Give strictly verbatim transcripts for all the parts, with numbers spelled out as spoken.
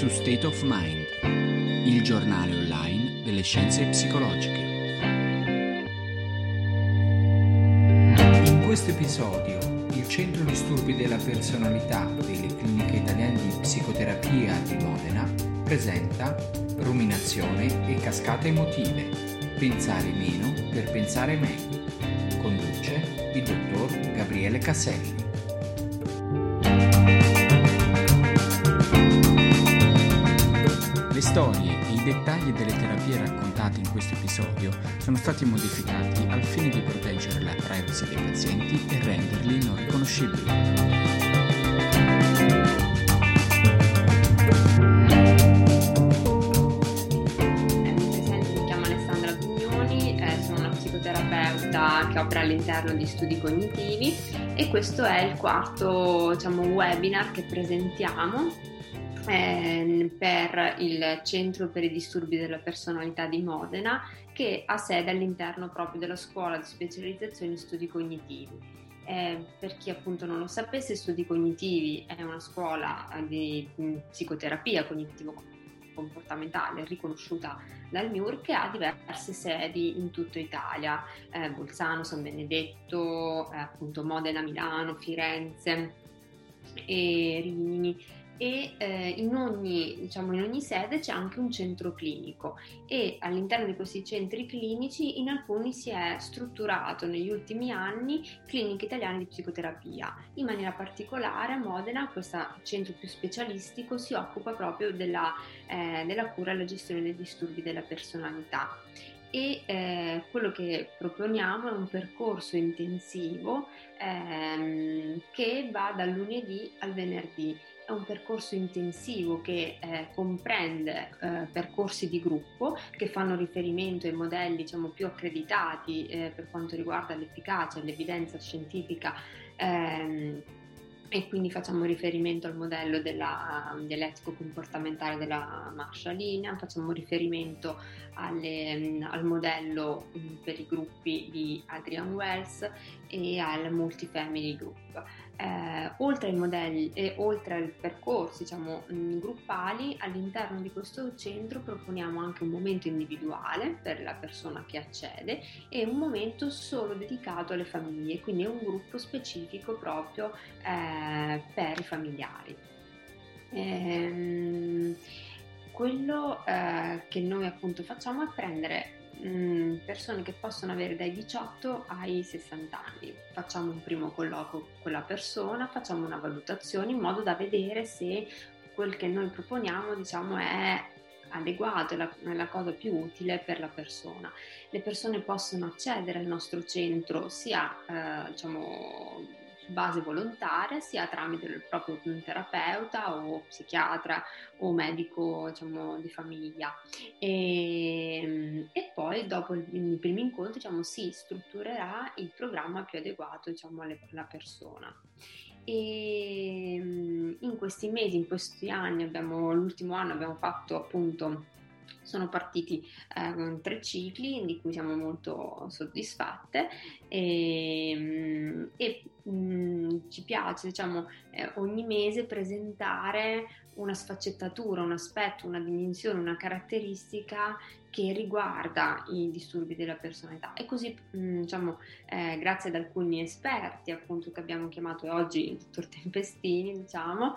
su State of Mind, il giornale online delle scienze psicologiche. In questo episodio, il Centro Disturbi della Personalità delle Cliniche Italiane di Psicoterapia di Modena presenta Ruminazione e cascate emotive. Pensare meno per pensare meglio. Conduce il dottor Gabriele Caselli. Le storie e i dettagli delle terapie raccontate in questo episodio sono stati modificati al fine di proteggere la privacy dei pazienti e renderli non riconoscibili. Mi chiamo Alessandra Bugnoni, eh, sono una psicoterapeuta che opera all'interno di studi cognitivi e questo è il quarto, diciamo, webinar che presentiamo eh, per il Centro per i Disturbi della Personalità di Modena, che ha sede all'interno proprio della scuola di specializzazione in studi cognitivi. Eh, per chi appunto non lo sapesse, Studi Cognitivi è una scuola di mh, psicoterapia cognitivo-comportamentale riconosciuta dal M I U R, che ha diverse sedi in tutta Italia, eh, Bolzano, San Benedetto, eh, appunto Modena, Milano, Firenze e Rimini. E eh, in ogni, diciamo, in ogni sede c'è anche un centro clinico e all'interno di questi centri clinici in alcuni si è strutturato negli ultimi anni cliniche italiane di psicoterapia. In maniera particolare a Modena questo centro più specialistico si occupa proprio della, eh, della cura e la gestione dei disturbi della personalità. E eh, quello che proponiamo è un percorso intensivo ehm, che va dal lunedì al venerdì. È un percorso intensivo che eh, comprende eh, percorsi di gruppo che fanno riferimento ai modelli, diciamo, più accreditati eh, per quanto riguarda l'efficacia e l'evidenza scientifica, ehm, e quindi facciamo riferimento al modello della, dell'etico-comportamentale della Marshallina, facciamo riferimento alle, al modello per i gruppi di Adrian Wells e al multifamily group. Eh, oltre ai modelli e oltre ai percorsi, diciamo, gruppali, all'interno di questo centro proponiamo anche un momento individuale per la persona che accede e un momento solo dedicato alle famiglie, quindi è un gruppo specifico proprio eh, per i familiari. Ehm, quello eh, che noi appunto facciamo è prendere persone che possono avere dai diciotto ai sessanta anni. Facciamo un primo colloquio con la persona, facciamo una valutazione in modo da vedere se quel che noi proponiamo, diciamo, è adeguato, è la, è la cosa più utile per la persona. Le persone possono accedere al nostro centro sia eh, diciamo su base volontaria, sia tramite il proprio terapeuta o psichiatra o medico, diciamo, di famiglia. E, e poi dopo i primi incontri, diciamo, si strutturerà il programma più adeguato, diciamo, alla persona. E in questi mesi, in questi anni, abbiamo, l'ultimo anno abbiamo fatto appunto, sono partiti eh, tre cicli di cui siamo molto soddisfatte e, e mh, ci piace, diciamo, eh, ogni mese presentare una sfaccettatura, un aspetto, una dimensione, una caratteristica che riguarda i disturbi della personalità. E così, mh, diciamo, eh, grazie ad alcuni esperti appunto che abbiamo chiamato oggi il dottor Tempestini, diciamo,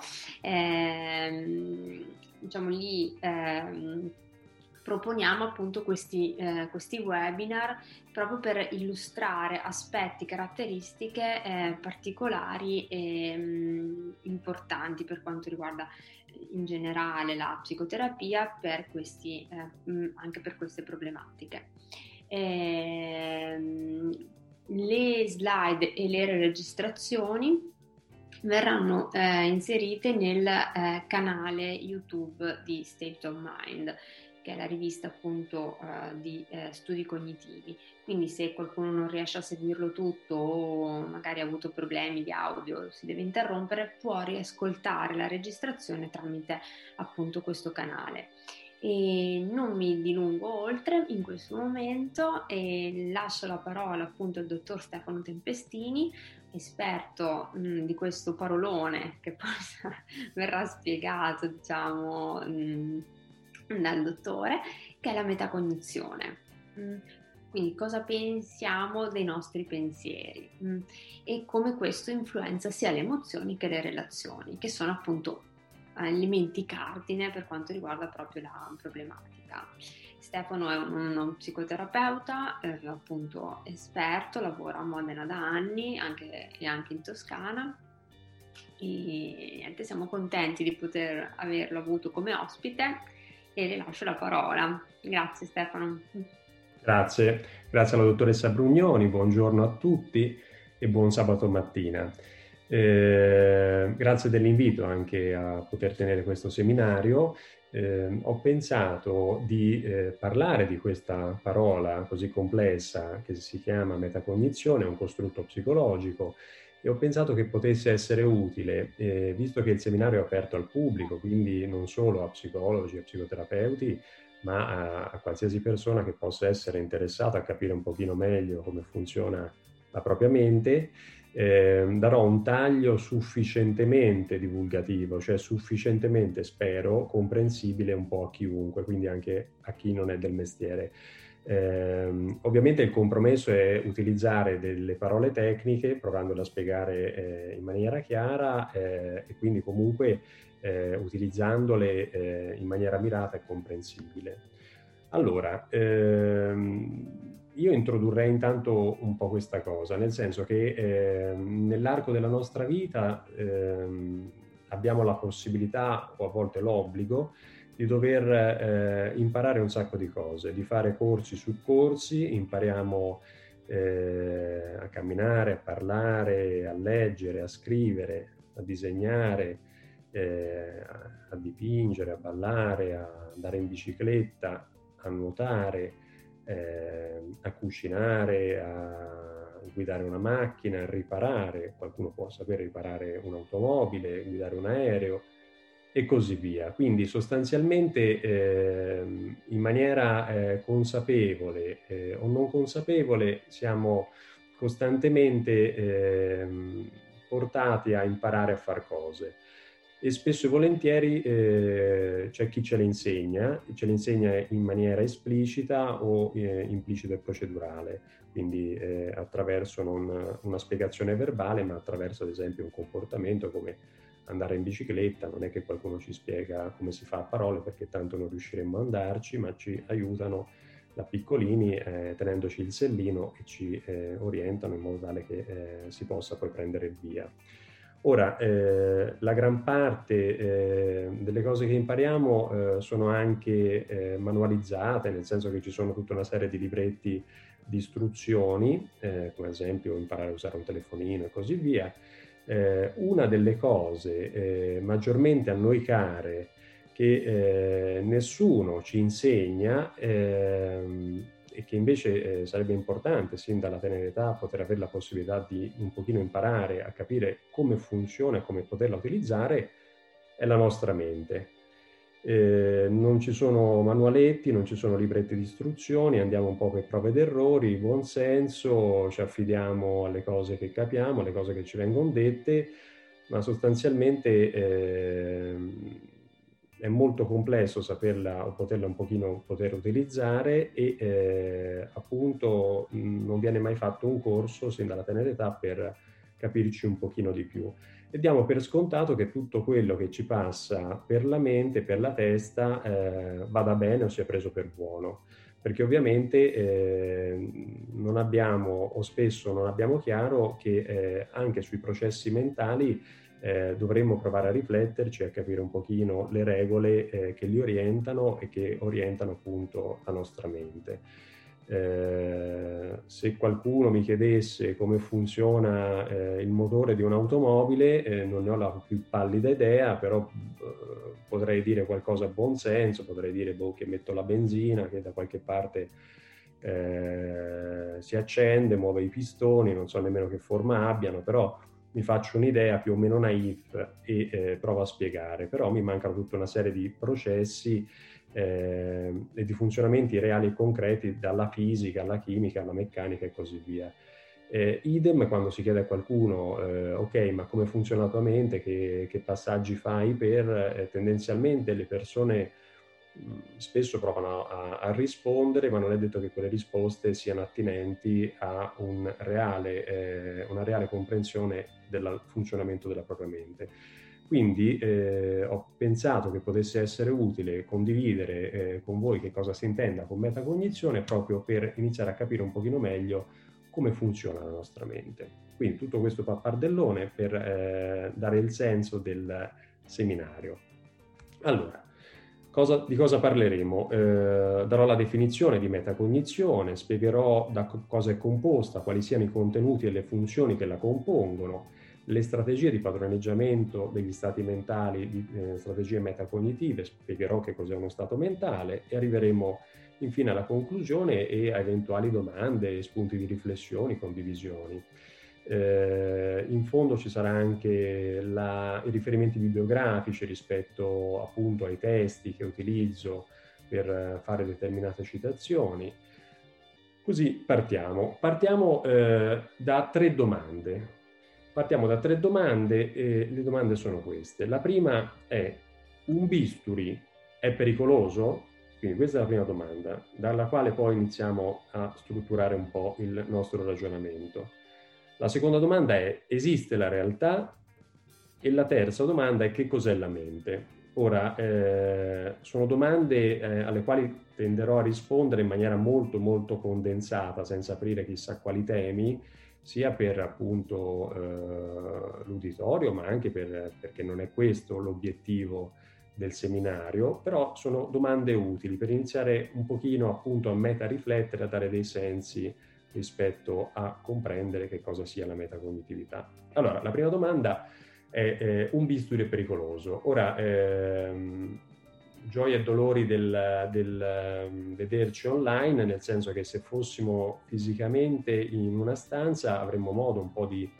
ehm, diciamo lì ehm, proponiamo appunto questi, eh, questi webinar proprio per illustrare aspetti, caratteristiche eh, particolari e mh, importanti per quanto riguarda in generale la psicoterapia per questi, eh, mh, anche per queste problematiche. Ehm, le slide e le registrazioni verranno eh, inserite nel eh, canale YouTube di State of Mind, che è la rivista appunto uh, di uh, studi cognitivi. Quindi se qualcuno non riesce a seguirlo tutto o magari ha avuto problemi di audio, si deve interrompere, può riascoltare la registrazione tramite appunto questo canale. E non mi dilungo oltre in questo momento e lascio la parola appunto al dottor Stefano Tempestini, esperto mh, di questo parolone che poi verrà spiegato, diciamo, mh, dal dottore, che è la metacognizione. Mh, quindi cosa pensiamo dei nostri pensieri mh, e come questo influenza sia le emozioni che le relazioni, che sono appunto elementi cardine per quanto riguarda proprio la problematica. Stefano è uno psicoterapeuta, eh, appunto esperto, lavora a Modena da anni anche, e anche in Toscana e niente, siamo contenti di poter averlo avuto come ospite e le lascio la parola. Grazie Stefano. Grazie, grazie alla dottoressa Brugnoni, buongiorno a tutti e buon sabato mattina. Eh, grazie dell'invito anche a poter tenere questo seminario. Eh, ho pensato di eh, parlare di questa parola così complessa che si chiama metacognizione, un costrutto psicologico, e ho pensato che potesse essere utile, eh, visto che il seminario è aperto al pubblico, quindi non solo a psicologi, a psicoterapeuti, ma a, a qualsiasi persona che possa essere interessata a capire un pochino meglio come funziona la propria mente. Eh, darò un taglio sufficientemente divulgativo, cioè sufficientemente, spero, comprensibile un po' a chiunque, quindi anche a chi non è del mestiere. Eh, ovviamente il compromesso è utilizzare delle parole tecniche, provandole a spiegare eh, in maniera chiara eh, e quindi comunque eh, utilizzandole eh, in maniera mirata e comprensibile. Allora, ehm, io introdurrei intanto un po' questa cosa, nel senso che eh, nell'arco della nostra vita ehm, abbiamo la possibilità, o a volte l'obbligo, di dover eh, imparare un sacco di cose, di fare corsi su corsi, impariamo eh, a camminare, a parlare, a leggere, a scrivere, a disegnare, eh, a dipingere, a ballare, a andare in bicicletta, a nuotare, eh, a cucinare, a guidare una macchina, a riparare, qualcuno può sapere riparare un'automobile, guidare un aereo e così via. Quindi sostanzialmente eh, in maniera eh, consapevole eh, o non consapevole siamo costantemente eh, portati a imparare a fare cose. E spesso e volentieri eh, c'è chi ce le insegna, ce le insegna in maniera esplicita o eh, implicita e procedurale, quindi eh, attraverso non una spiegazione verbale, ma attraverso ad esempio un comportamento come andare in bicicletta. Non è che qualcuno ci spiega come si fa a parole, perché tanto non riusciremmo ad andarci, ma ci aiutano da piccolini eh, tenendoci il sellino e ci eh, orientano in modo tale che eh, si possa poi prendere il via. Ora, eh, la gran parte eh, delle cose che impariamo eh, sono anche eh, manualizzate, nel senso che ci sono tutta una serie di libretti di istruzioni, eh, come ad esempio imparare a usare un telefonino e così via. Eh, una delle cose eh, maggiormente a noi care che eh, nessuno ci insegna ehm, e che invece eh, sarebbe importante sin dalla tenera età poter avere la possibilità di un pochino imparare a capire come funziona e come poterla utilizzare, è la nostra mente. Eh, non ci sono manualetti, non ci sono libretti di istruzioni, andiamo un po' per prove ed errori, buon senso, ci affidiamo alle cose che capiamo, alle cose che ci vengono dette, ma sostanzialmente eh, è molto complesso saperla o poterla un pochino poter utilizzare e eh, appunto non viene mai fatto un corso sin dalla tenera età per capirci un pochino di più. E diamo per scontato che tutto quello che ci passa per la mente, per la testa, eh, vada bene o sia preso per buono. Perché ovviamente eh, non abbiamo, o spesso non abbiamo chiaro che eh, anche sui processi mentali eh, dovremmo provare a rifletterci e a capire un pochino le regole eh, che li orientano e che orientano appunto la nostra mente. Eh, se qualcuno mi chiedesse come funziona eh, il motore di un'automobile, eh, non ne ho la più pallida idea, però eh, potrei dire qualcosa a buon senso, potrei dire boh, che metto la benzina, che da qualche parte eh, si accende, muove i pistoni, non so nemmeno che forma abbiano, però mi faccio un'idea più o meno naif e eh, provo a spiegare. Però mi mancano tutta una serie di processi eh, e di funzionamenti reali e concreti, dalla fisica alla chimica alla meccanica e così via. Eh, idem quando si chiede a qualcuno, eh, ok, ma come funziona la tua mente, che, che passaggi fai per, eh, tendenzialmente le persone mh, spesso provano a, a rispondere, ma non è detto che quelle risposte siano attinenti a un reale, eh, una reale comprensione del funzionamento della propria mente. Quindi eh, ho pensato che potesse essere utile condividere eh, con voi che cosa si intenda con metacognizione, proprio per iniziare a capire un pochino meglio come funziona la nostra mente. Quindi tutto questo pappardellone per eh, dare il senso del seminario. Allora, cosa, di cosa parleremo? Eh, darò la definizione di metacognizione, spiegherò da cosa è composta, quali siano i contenuti e le funzioni che la compongono, le strategie di padroneggiamento degli stati mentali, di, eh, strategie metacognitive, spiegherò che cos'è uno stato mentale e arriveremo infine alla conclusione e a eventuali domande, spunti di riflessione, condivisioni. Eh, in fondo ci sarà anche la, i riferimenti bibliografici rispetto appunto ai testi che utilizzo per fare determinate citazioni. Così partiamo. Partiamo eh, da tre domande. Partiamo da tre domande e le domande sono queste. La prima è: un bisturi è pericoloso? Quindi questa è la prima domanda, dalla quale poi iniziamo a strutturare un po' il nostro ragionamento. La seconda domanda è: esiste la realtà? E la terza domanda è: che cos'è la mente? Ora, eh, sono domande eh, alle quali tenderò a rispondere in maniera molto molto condensata, senza aprire chissà quali temi, sia per appunto eh, l'uditorio, ma anche per, perché non è questo l'obiettivo del seminario, però sono domande utili per iniziare un pochino appunto a meta-riflettere, a dare dei sensi rispetto a comprendere che cosa sia la metacognitività. Allora, la prima domanda è eh, un bisturi è pericoloso. Ora, ehm, gioia e dolori del, del um, vederci online, nel senso che se fossimo fisicamente in una stanza avremmo modo un po' di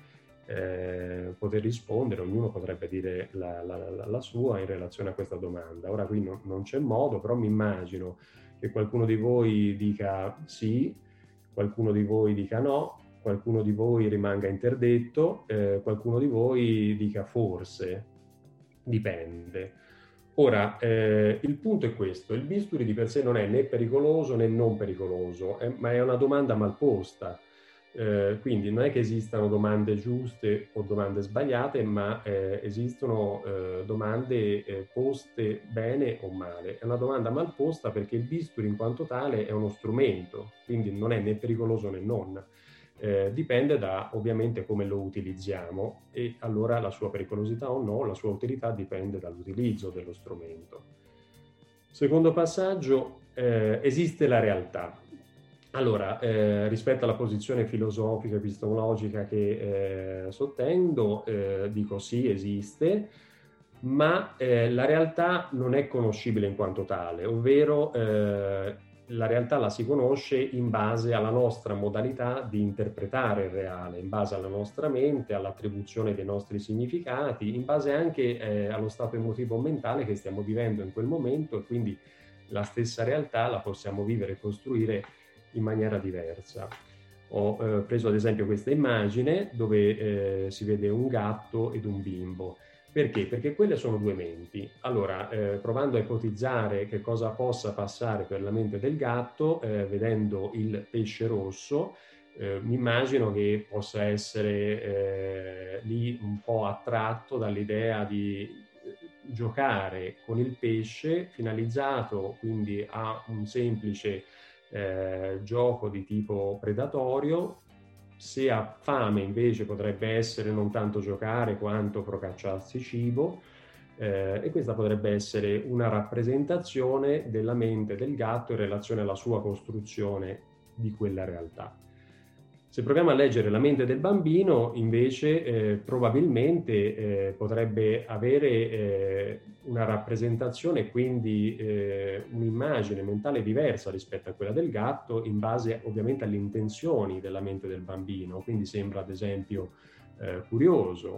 eh, poter rispondere, ognuno potrebbe dire la, la, la sua in relazione a questa domanda. Ora qui no, non c'è modo, però mi immagino che qualcuno di voi dica sì, qualcuno di voi dica no, qualcuno di voi rimanga interdetto, eh, qualcuno di voi dica forse, dipende. Ora, eh, il punto è questo: il bisturi di per sé non è né pericoloso né non pericoloso, è, ma è una domanda mal posta. Eh, quindi non è che esistano domande giuste o domande sbagliate, ma eh, esistono eh, domande eh, poste bene o male. È una domanda mal posta perché il bisturi in quanto tale è uno strumento, quindi non è né pericoloso né non. Eh, dipende da ovviamente come lo utilizziamo, e allora la sua pericolosità o no, la sua utilità dipende dall'utilizzo dello strumento. Secondo passaggio, eh, esiste la realtà. Allora, eh, rispetto alla posizione filosofica epistemologica che eh, sottendo, eh, dico sì, esiste, ma eh, la realtà non è conoscibile in quanto tale, ovvero eh, la realtà la si conosce in base alla nostra modalità di interpretare il reale, in base alla nostra mente, all'attribuzione dei nostri significati, in base anche eh, allo stato emotivo mentale che stiamo vivendo in quel momento, e quindi la stessa realtà la possiamo vivere e costruire in maniera diversa. Ho eh, preso ad esempio questa immagine dove eh, si vede un gatto ed un bimbo. Perché? Perché quelle sono due menti. Allora, eh, provando a ipotizzare che cosa possa passare per la mente del gatto, eh, vedendo il pesce rosso, eh, mi immagino che possa essere eh, lì un po' attratto dall'idea di giocare con il pesce, finalizzato quindi a un semplice eh, gioco di tipo predatorio. Se ha fame invece potrebbe essere non tanto giocare quanto procacciarsi cibo, eh, e questa potrebbe essere una rappresentazione della mente del gatto in relazione alla sua costruzione di quella realtà. Se proviamo a leggere la mente del bambino, invece, eh, probabilmente eh, potrebbe avere eh, una rappresentazione, quindi eh, un'immagine mentale diversa rispetto a quella del gatto, in base ovviamente alle intenzioni della mente del bambino. Quindi sembra ad esempio eh, curioso,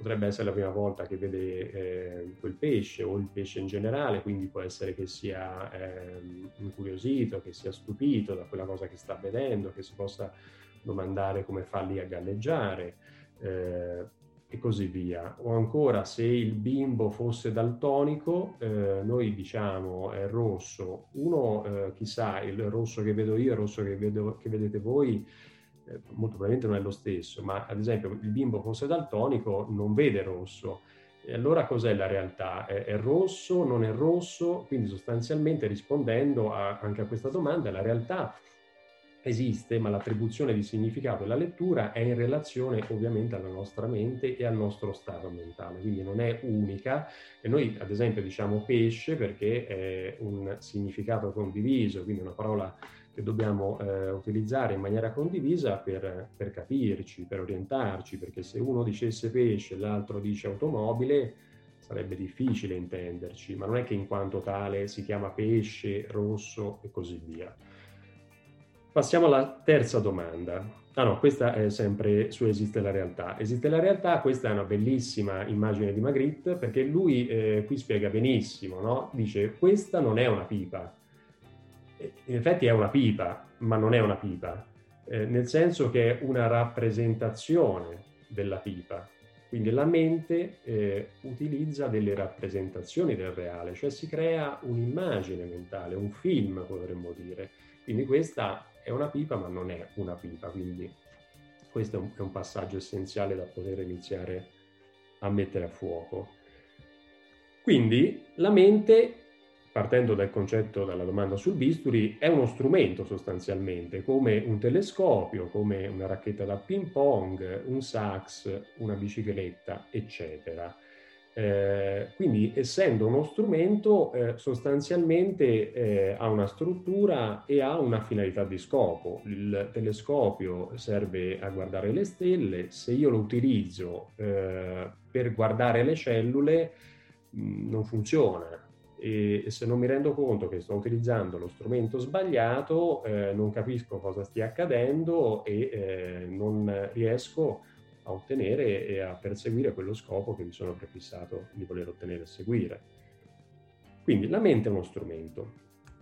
potrebbe essere la prima volta che vede eh, quel pesce o il pesce in generale, quindi può essere che sia eh, incuriosito, che sia stupito da quella cosa che sta vedendo, che si possa domandare come fa lì a galleggiare eh, e così via. O ancora, se il bimbo fosse daltonico, eh, noi diciamo è rosso. Uno, eh, chissà, il rosso che vedo io, il rosso che, vedo, che vedete voi, molto probabilmente non è lo stesso, ma ad esempio il bimbo fosse daltonico non vede rosso. E allora cos'è la realtà? È, è rosso, non è rosso? Quindi sostanzialmente rispondendo a, anche a questa domanda, la realtà esiste, ma l'attribuzione di significato della lettura è in relazione ovviamente alla nostra mente e al nostro stato mentale, quindi non è unica. E noi ad esempio diciamo pesce perché è un significato condiviso, quindi una parola che dobbiamo eh, utilizzare in maniera condivisa per, per capirci, per orientarci, perché se uno dicesse pesce e l'altro dice automobile sarebbe difficile intenderci, ma non è che in quanto tale si chiama pesce, rosso e così via. Passiamo alla terza domanda. Ah no, questa è sempre su Esiste la realtà. Esiste la realtà, questa è una bellissima immagine di Magritte, perché lui eh, qui spiega benissimo, no? Dice, questa non è una pipa. In effetti è una pipa, ma non è una pipa, eh, nel senso che è una rappresentazione della pipa. Quindi la mente eh, utilizza delle rappresentazioni del reale, cioè si crea un'immagine mentale, un film potremmo dire. Quindi questa è una pipa, ma non è una pipa, quindi questo è un, è un passaggio essenziale da poter iniziare a mettere a fuoco. Quindi la mente, partendo dal concetto, dalla domanda sul bisturi, è uno strumento sostanzialmente, come un telescopio, come una racchetta da ping pong, un sax, una bicicletta, eccetera. Eh, quindi, essendo uno strumento, eh, sostanzialmente eh, ha una struttura e ha una finalità di scopo. Il telescopio serve a guardare le stelle. Se io lo utilizzo eh, per guardare le cellule, mh, non funziona. E se non mi rendo conto che sto utilizzando lo strumento sbagliato, eh, non capisco cosa stia accadendo e eh, non riesco a ottenere e a perseguire quello scopo che mi sono prefissato di voler ottenere e seguire. Quindi la mente è uno strumento.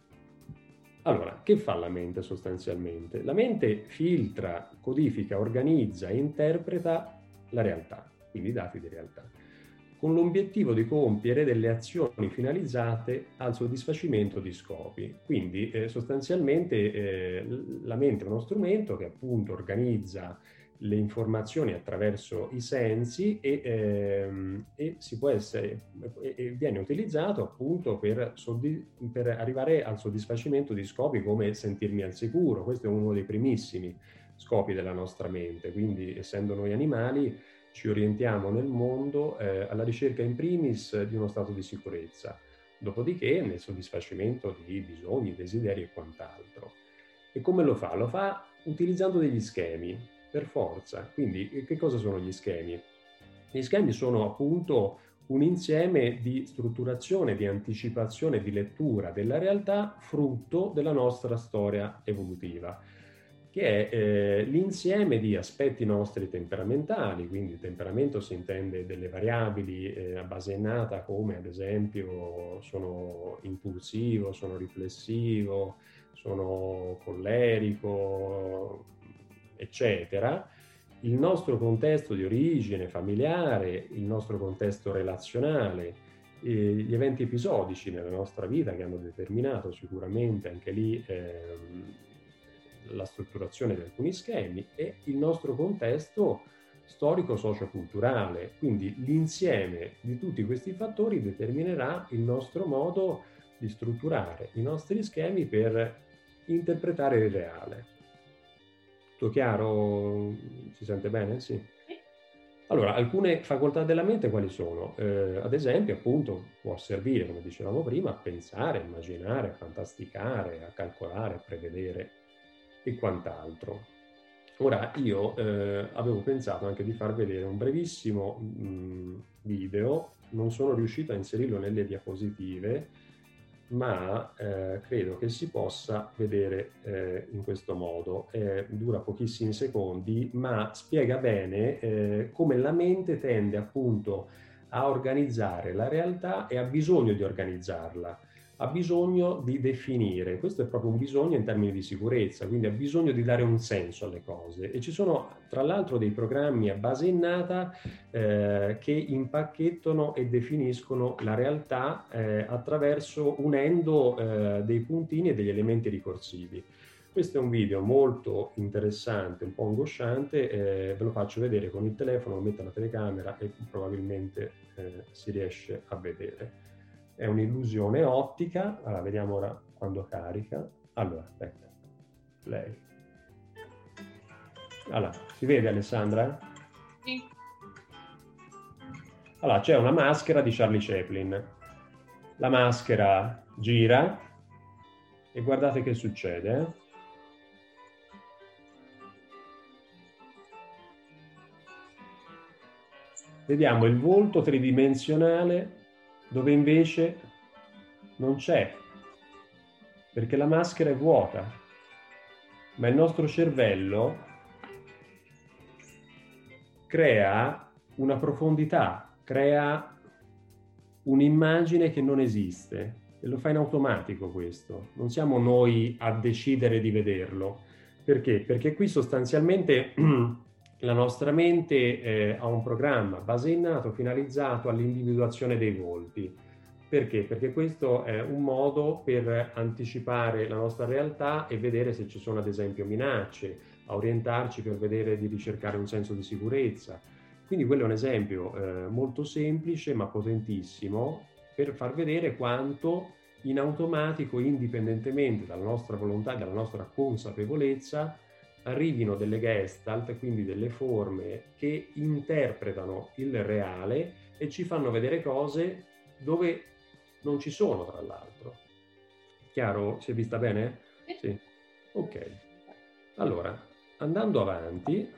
Allora, che fa la mente sostanzialmente? La mente filtra, codifica, organizza e interpreta la realtà, quindi i dati di realtà, con l'obiettivo di compiere delle azioni finalizzate al soddisfacimento di scopi. Quindi eh, sostanzialmente eh, la mente è uno strumento che appunto organizza le informazioni attraverso i sensi e, ehm, e si può essere e, e viene utilizzato appunto per, soddi, per arrivare al soddisfacimento di scopi come sentirmi al sicuro. Questo è uno dei primissimi scopi della nostra mente, quindi essendo noi animali ci orientiamo nel mondo eh, alla ricerca in primis di uno stato di sicurezza, dopodiché nel soddisfacimento di bisogni, desideri e quant'altro. E come lo fa? Lo fa utilizzando degli schemi, per forza. Quindi che cosa sono gli schemi? Gli schemi sono appunto un insieme di strutturazione, di anticipazione, di lettura della realtà frutto della nostra storia evolutiva, che è eh, l'insieme di aspetti nostri temperamentali. Quindi il temperamento si intende delle variabili eh, a base innata, come ad esempio sono impulsivo, sono riflessivo, sono collerico, eccetera. Il nostro contesto di origine familiare, il nostro contesto relazionale, eh, gli eventi episodici nella nostra vita che hanno determinato sicuramente anche lì ehm, la strutturazione di alcuni schemi, e il nostro contesto storico-socioculturale. Quindi l'insieme di tutti questi fattori determinerà il nostro modo di strutturare i nostri schemi per interpretare il reale. Tutto chiaro? Si sente bene? Sì. Allora, alcune facoltà della mente quali sono? Eh, ad esempio, appunto, può servire, come dicevamo prima, a pensare, a immaginare, a fantasticare, a calcolare, a prevedere e quant'altro. Ora, io eh, avevo pensato anche di far vedere un brevissimo mh, video, non sono riuscito a inserirlo nelle diapositive, ma eh, credo che si possa vedere eh, in questo modo. Eh, dura pochissimi secondi, ma spiega bene eh, come la mente tende appunto a organizzare la realtà e ha bisogno di organizzarla, ha bisogno di definire. Questo è proprio un bisogno in termini di sicurezza, quindi ha bisogno di dare un senso alle cose. E ci sono tra l'altro dei programmi a base innata eh, che impacchettano e definiscono la realtà eh, attraverso unendo eh, dei puntini e degli elementi ricorsivi. Questo è un video molto interessante, un po' angosciante, eh, ve lo faccio vedere con il telefono, lo metto alla telecamera e probabilmente eh, si riesce a vedere. È un'illusione ottica. Allora, vediamo ora quando carica. Allora, aspetta, play. Allora, si vede Alessandra? Sì. Allora, c'è una maschera di Charlie Chaplin. La maschera gira e guardate che succede. Eh? Vediamo il volto tridimensionale dove invece non c'è, perché la maschera è vuota, ma il nostro cervello crea una profondità, crea un'immagine che non esiste e lo fa in automatico questo. Non siamo noi a decidere di vederlo. Perché? Perché qui sostanzialmente la nostra mente eh, ha un programma base innato finalizzato all'individuazione dei volti. Perché? Perché questo è un modo per anticipare la nostra realtà e vedere se ci sono ad esempio minacce, a orientarci per vedere di ricercare un senso di sicurezza. Quindi quello è un esempio eh, molto semplice ma potentissimo per far vedere quanto in automatico, indipendentemente dalla nostra volontà e dalla nostra consapevolezza, arrivino delle gestalt, quindi delle forme che interpretano il reale e ci fanno vedere cose dove non ci sono, tra l'altro. Chiaro? Si è vista bene? Sì. Ok. Allora, andando avanti,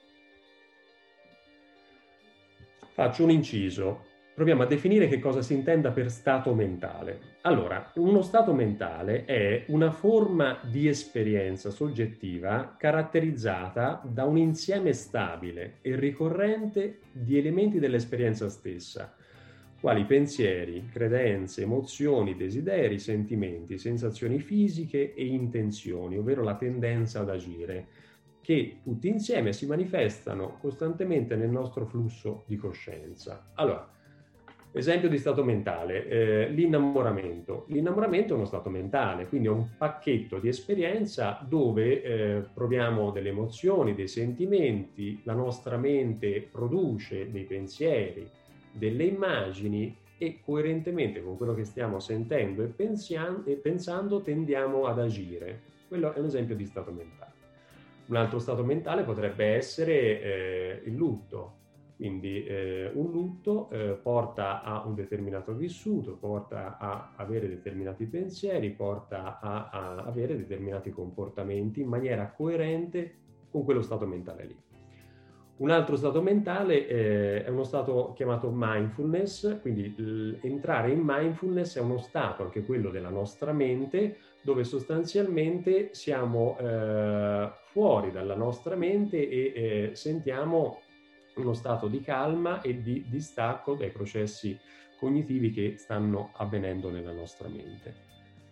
faccio un inciso. Proviamo a definire che cosa si intenda per stato mentale. Allora, uno stato mentale è una forma di esperienza soggettiva caratterizzata da un insieme stabile e ricorrente di elementi dell'esperienza stessa, quali pensieri, credenze, emozioni, desideri, sentimenti, sensazioni fisiche e intenzioni, ovvero la tendenza ad agire, che tutti insieme si manifestano costantemente nel nostro flusso di coscienza. Allora, esempio di stato mentale, eh, l'innamoramento. L'innamoramento è uno stato mentale, quindi è un pacchetto di esperienza dove eh, proviamo delle emozioni, dei sentimenti, la nostra mente produce dei pensieri, delle immagini e coerentemente con quello che stiamo sentendo e, pensian- e pensando tendiamo ad agire. Quello è un esempio di stato mentale. Un altro stato mentale potrebbe essere eh, il lutto. Quindi eh, un lutto eh, porta a un determinato vissuto, porta a avere determinati pensieri, porta a, a avere determinati comportamenti in maniera coerente con quello stato mentale lì. Un altro stato mentale eh, è uno stato chiamato mindfulness, quindi l- entrare in mindfulness è uno stato, anche quello della nostra mente, dove sostanzialmente siamo eh, fuori dalla nostra mente e eh, sentiamo uno stato di calma e di distacco dai processi cognitivi che stanno avvenendo nella nostra mente.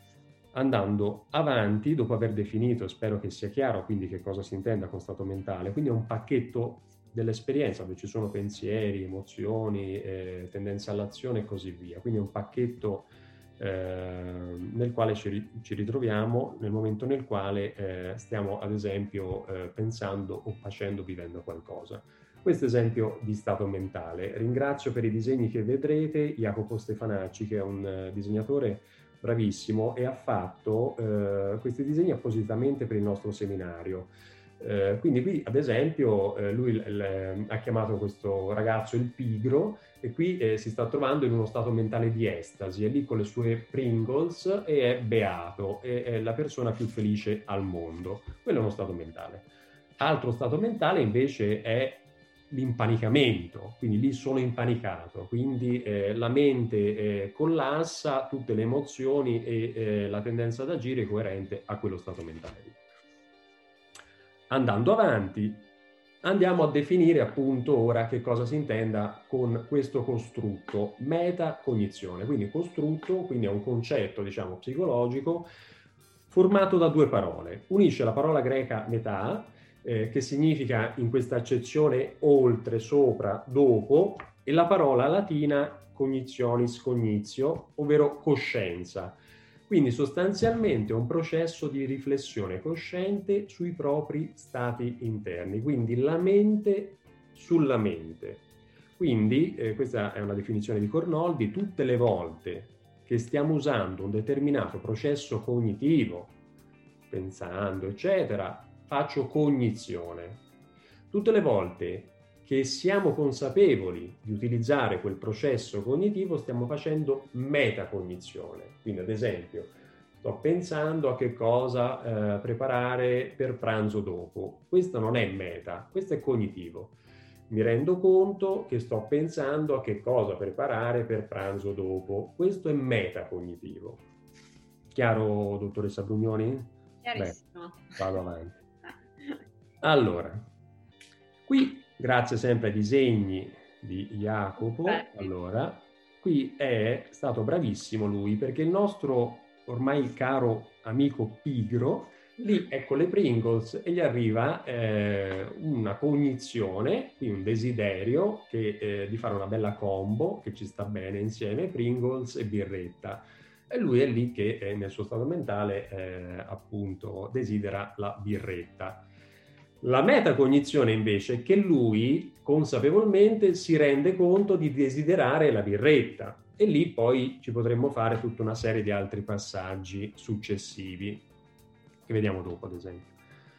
Andando avanti, dopo aver definito, spero che sia chiaro quindi che cosa si intenda con stato mentale, quindi è un pacchetto dell'esperienza dove ci sono pensieri, emozioni, eh, tendenze all'azione e così via, quindi è un pacchetto eh, nel quale ci, ci ritroviamo nel momento nel quale eh, stiamo ad esempio eh, pensando o facendo, vivendo qualcosa. Questo esempio di stato mentale. Ringrazio per i disegni che vedrete Jacopo Stefanacci, che è un uh, disegnatore bravissimo e ha fatto uh, questi disegni appositamente per il nostro seminario. Uh, quindi qui ad esempio uh, lui l- l- ha chiamato questo ragazzo il pigro e qui eh, si sta trovando in uno stato mentale di estasi, è lì con le sue Pringles e è beato, è, è la persona più felice al mondo. Quello è uno stato mentale. Altro stato mentale invece è l'impanicamento, quindi lì sono impanicato, quindi eh, la mente eh, collassa, tutte le emozioni e eh, la tendenza ad agire è coerente a quello stato mentale lì. Andando avanti, andiamo a definire appunto ora che cosa si intenda con questo costrutto metacognizione. Quindi costrutto, quindi è un concetto, diciamo, psicologico formato da due parole. Unisce la parola greca metà, eh, che significa in questa accezione oltre, sopra, dopo, e la parola latina cognitionis, cognitio, ovvero coscienza. Quindi sostanzialmente è un processo di riflessione cosciente sui propri stati interni, quindi la mente sulla mente. Quindi, eh, questa è una definizione di Cornoldi, tutte le volte che stiamo usando un determinato processo cognitivo, pensando, eccetera, faccio cognizione. Tutte le volte che siamo consapevoli di utilizzare quel processo cognitivo, stiamo facendo metacognizione. Quindi, ad esempio, sto pensando a che cosa eh, preparare per pranzo dopo. Questo non è meta, questo è cognitivo. Mi rendo conto che sto pensando a che cosa preparare per pranzo dopo. Questo è metacognitivo. Chiaro, dottoressa Brugnoni? Chiarissimo. Beh, vado avanti. Allora, qui, grazie sempre ai disegni di Jacopo, allora, qui è stato bravissimo lui, perché il nostro ormai caro amico pigro, lì ecco le Pringles e gli arriva eh, una cognizione, quindi un desiderio che, eh, di fare una bella combo che ci sta bene insieme, Pringles e birretta. E lui è lì che eh, nel suo stato mentale eh, appunto desidera la birretta. La metacognizione invece è che lui consapevolmente si rende conto di desiderare la birretta e lì poi ci potremmo fare tutta una serie di altri passaggi successivi che vediamo dopo, ad esempio.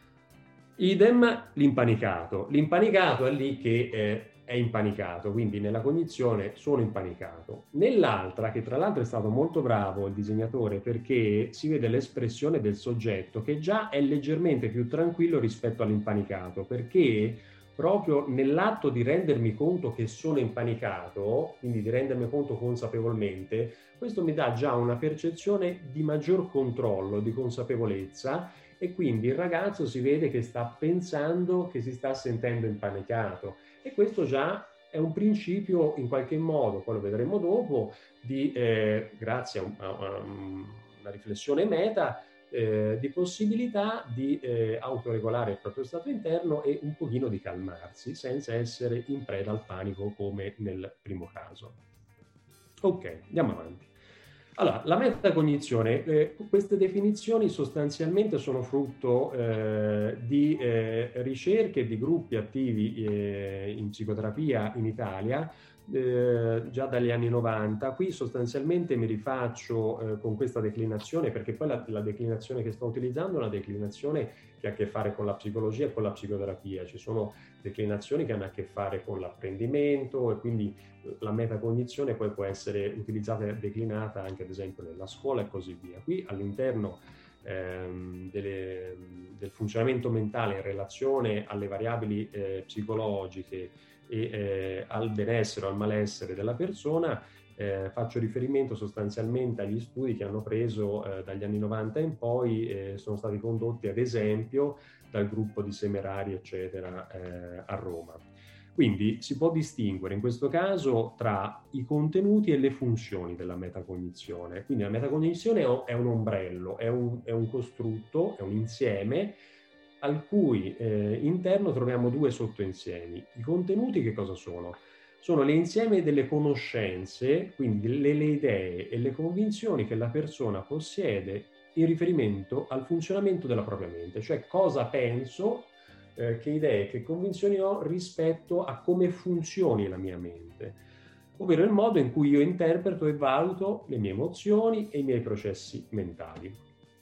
Idem l'impanicato. L'impanicato è lì che eh, è impanicato, quindi nella cognizione sono impanicato. Nell'altra, che tra l'altro è stato molto bravo il disegnatore, perché si vede l'espressione del soggetto che già è leggermente più tranquillo rispetto all'impanicato, perché proprio nell'atto di rendermi conto che sono impanicato, quindi di rendermi conto consapevolmente, questo mi dà già una percezione di maggior controllo, di consapevolezza, e quindi il ragazzo si vede che sta pensando che si sta sentendo impanicato. E questo già è un principio, in qualche modo, poi lo vedremo dopo, di, eh, grazie a, un, a una riflessione meta, eh, di possibilità di eh, autoregolare il proprio stato interno e un pochino di calmarsi, senza essere in preda al panico come nel primo caso. Ok, andiamo avanti. Allora, la metacognizione, eh, queste definizioni sostanzialmente sono frutto eh, di eh, ricerche di gruppi attivi eh, in psicoterapia in Italia eh, già dagli anni novanta. Qui sostanzialmente mi rifaccio eh, con questa declinazione, perché poi la, la declinazione che sto utilizzando è una declinazione che ha a che fare con la psicologia e con la psicoterapia. Ci sono declinazioni che hanno a che fare con l'apprendimento e quindi la metacognizione poi può essere utilizzata e declinata anche ad esempio nella scuola e così via. Qui all'interno ehm, delle, del funzionamento mentale in relazione alle variabili eh, psicologiche e eh, al benessere o al malessere della persona, eh, faccio riferimento sostanzialmente agli studi che hanno preso eh, dagli anni novanta in poi, eh, sono stati condotti ad esempio dal gruppo di Semerari eccetera eh, a Roma. Quindi si può distinguere in questo caso tra i contenuti e le funzioni della metacognizione. Quindi la metacognizione è un ombrello, è un, è un costrutto, è un insieme al cui eh, interno troviamo due sottoinsiemi. I contenuti che cosa sono? Sono l'insieme delle conoscenze, quindi le, le idee e le convinzioni che la persona possiede in riferimento al funzionamento della propria mente, cioè cosa penso, eh, che idee, che convinzioni ho rispetto a come funzioni la mia mente, ovvero il modo in cui io interpreto e valuto le mie emozioni e i miei processi mentali.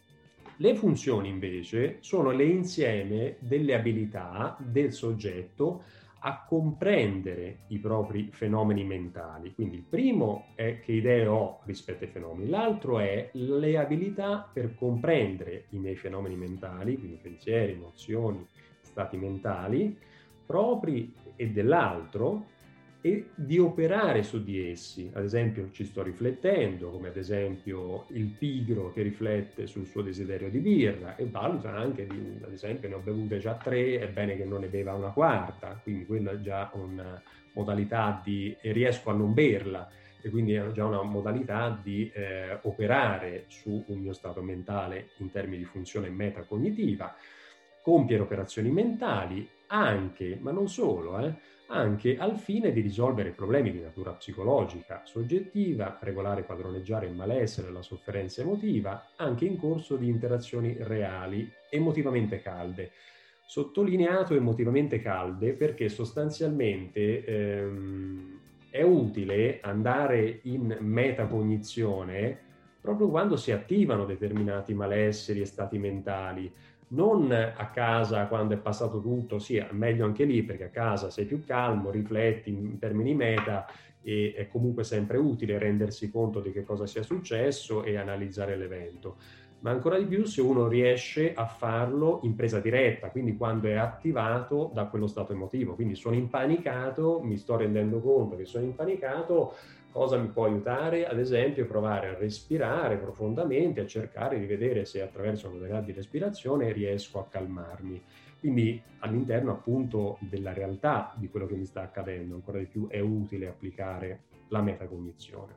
Le funzioni invece sono l'insieme delle abilità del soggetto a comprendere i propri fenomeni mentali. Quindi il primo è che idee ho rispetto ai fenomeni, l'altro è le abilità per comprendere i miei fenomeni mentali, quindi pensieri, emozioni, stati mentali, propri e dell'altro e di operare su di essi. Ad esempio ci sto riflettendo, come ad esempio il pigro che riflette sul suo desiderio di birra e valuta anche, di, ad esempio ne ho bevute già tre, è bene che non ne beva una quarta, quindi quella è già una modalità di, e riesco a non berla, e quindi è già una modalità di eh, operare su un mio stato mentale in termini di funzione metacognitiva, compiere operazioni mentali anche, ma non solo, eh, anche al fine di risolvere problemi di natura psicologica, soggettiva, regolare e padroneggiare il malessere e la sofferenza emotiva, anche in corso di interazioni reali, emotivamente calde. Sottolineato emotivamente calde perché sostanzialmente ehm, è utile andare in metacognizione proprio quando si attivano determinati malesseri e stati mentali. Non a casa quando è passato tutto, sì, è meglio anche lì perché a casa sei più calmo, rifletti in termini meta e è comunque sempre utile rendersi conto di che cosa sia successo e analizzare l'evento. Ma ancora di più se uno riesce a farlo in presa diretta, quindi quando è attivato da quello stato emotivo. Quindi sono impanicato, mi sto rendendo conto che sono impanicato, cosa mi può aiutare? Ad esempio provare a respirare profondamente, a cercare di vedere se attraverso modalità di respirazione riesco a calmarmi. Quindi all'interno appunto della realtà di quello che mi sta accadendo, ancora di più è utile applicare la metacognizione.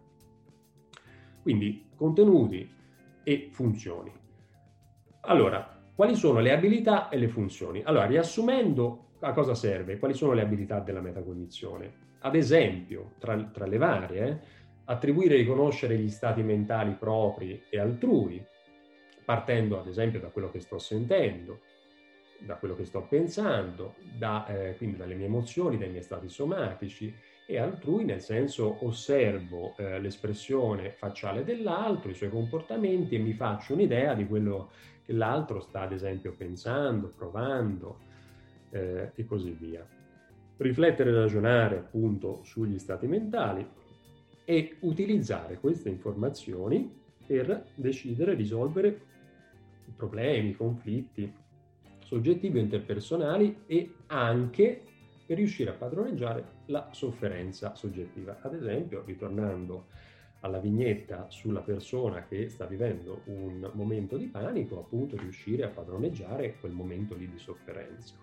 Quindi contenuti e funzioni. Allora, quali sono le abilità e le funzioni? Allora, riassumendo, a cosa serve? Quali sono le abilità della metacognizione? Ad esempio, tra, tra le varie, eh, attribuire e riconoscere gli stati mentali propri e altrui, partendo ad esempio da quello che sto sentendo, da quello che sto pensando, da, eh, quindi dalle mie emozioni, dai miei stati somatici, e altrui nel senso osservo eh, l'espressione facciale dell'altro, i suoi comportamenti e mi faccio un'idea di quello che l'altro sta ad esempio pensando, provando eh, e così via. Riflettere e ragionare appunto sugli stati mentali e utilizzare queste informazioni per decidere, risolvere problemi, conflitti soggettivi o interpersonali e anche per riuscire a padroneggiare la sofferenza soggettiva. Ad esempio, ritornando alla vignetta sulla persona che sta vivendo un momento di panico, appunto riuscire a padroneggiare quel momento lì di sofferenza.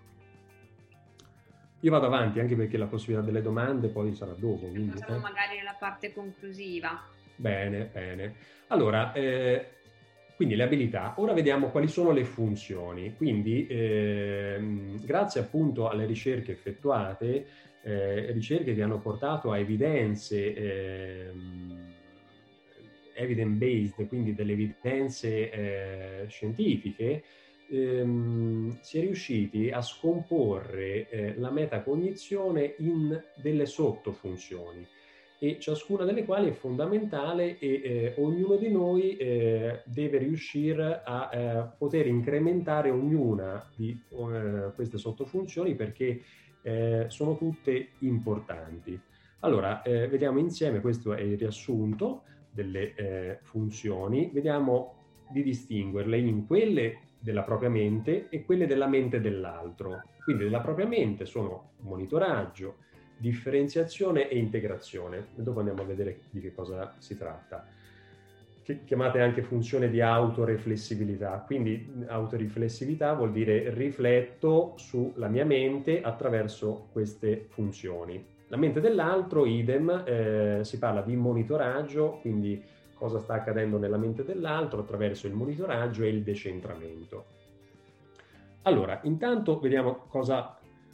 Io vado avanti anche perché la possibilità delle domande poi sarà dopo. Quindi, Facciamo eh? magari nella parte conclusiva. Bene, bene. Allora, eh, quindi le abilità. Ora vediamo quali sono le funzioni. Quindi, ehm, grazie appunto alle ricerche effettuate, eh, ricerche che hanno portato a evidenze ehm, evidence-based, quindi delle evidenze eh, scientifiche, ehm, si è riusciti a scomporre eh, la metacognizione in delle sottofunzioni, e ciascuna delle quali è fondamentale e eh, ognuno di noi eh, deve riuscire a eh, poter incrementare ognuna di eh, queste sottofunzioni perché eh, sono tutte importanti. Allora, eh, vediamo insieme, questo è il riassunto delle eh, funzioni, vediamo di distinguerle in quelle della propria mente e quelle della mente dell'altro. Quindi della propria mente sono monitoraggio, differenziazione e integrazione. E dopo andiamo a vedere di che cosa si tratta. Che chiamate anche funzione di autoreflessibilità. Quindi autoriflessività vuol dire rifletto sulla mia mente attraverso queste funzioni. La mente dell'altro, idem, eh, si parla di monitoraggio, quindi cosa sta accadendo nella mente dell'altro attraverso il monitoraggio e il decentramento. Allora, intanto vediamo cosa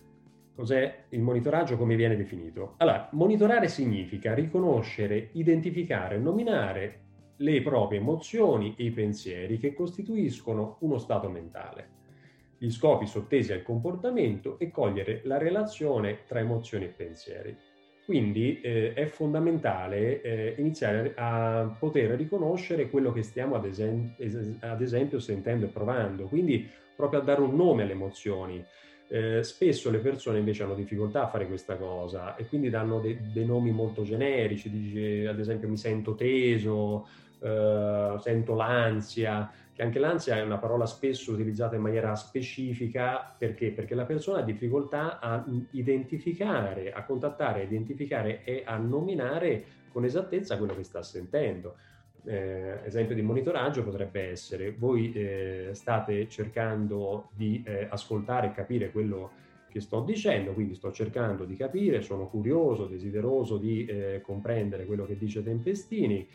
Cos'è il monitoraggio, come viene definito? Allora, monitorare significa riconoscere, identificare, nominare le proprie emozioni e i pensieri che costituiscono uno stato mentale, gli scopi sottesi al comportamento e cogliere la relazione tra emozioni e pensieri. Quindi eh, è fondamentale eh, iniziare a poter riconoscere quello che stiamo ad, esem- ad esempio sentendo e provando, quindi proprio a dare un nome alle emozioni. Eh, spesso le persone invece hanno difficoltà a fare questa cosa e quindi danno de- dei nomi molto generici, dice ad esempio mi sento teso, eh, sento l'ansia, che anche l'ansia è una parola spesso utilizzata in maniera specifica, perché? Perché la persona ha difficoltà a identificare, a contattare, a identificare e a nominare con esattezza quello che sta sentendo. Eh, esempio di monitoraggio potrebbe essere: voi eh, state cercando di eh, ascoltare e capire quello che sto dicendo, quindi sto cercando di capire, sono curioso, desideroso di eh, comprendere quello che dice Tempestini,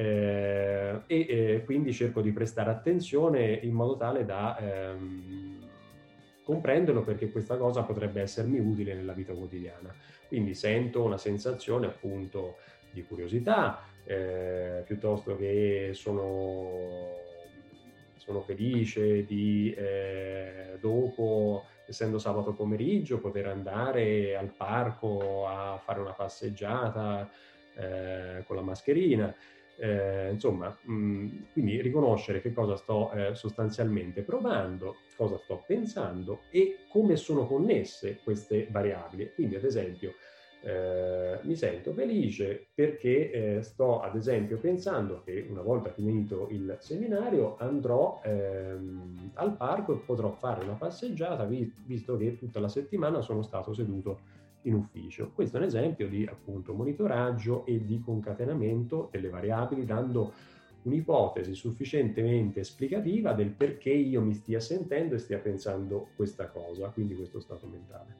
eh, e eh, quindi cerco di prestare attenzione in modo tale da ehm, comprenderlo, perché questa cosa potrebbe essermi utile nella vita quotidiana. Quindi sento una sensazione appunto di curiosità, eh, piuttosto che sono, sono felice di eh, dopo, essendo sabato pomeriggio, poter andare al parco a fare una passeggiata eh, con la mascherina. Eh, insomma, mh, quindi riconoscere che cosa sto eh, sostanzialmente provando, cosa sto pensando e come sono connesse queste variabili. Quindi, ad esempio, eh, mi sento felice perché eh, sto, ad esempio, pensando che una volta finito il seminario andrò ehm, al parco e potrò fare una passeggiata, vi- visto che tutta la settimana sono stato seduto in ufficio. Questo è un esempio di appunto monitoraggio e di concatenamento delle variabili, dando un'ipotesi sufficientemente esplicativa del perché io mi stia sentendo e stia pensando questa cosa, quindi questo stato mentale.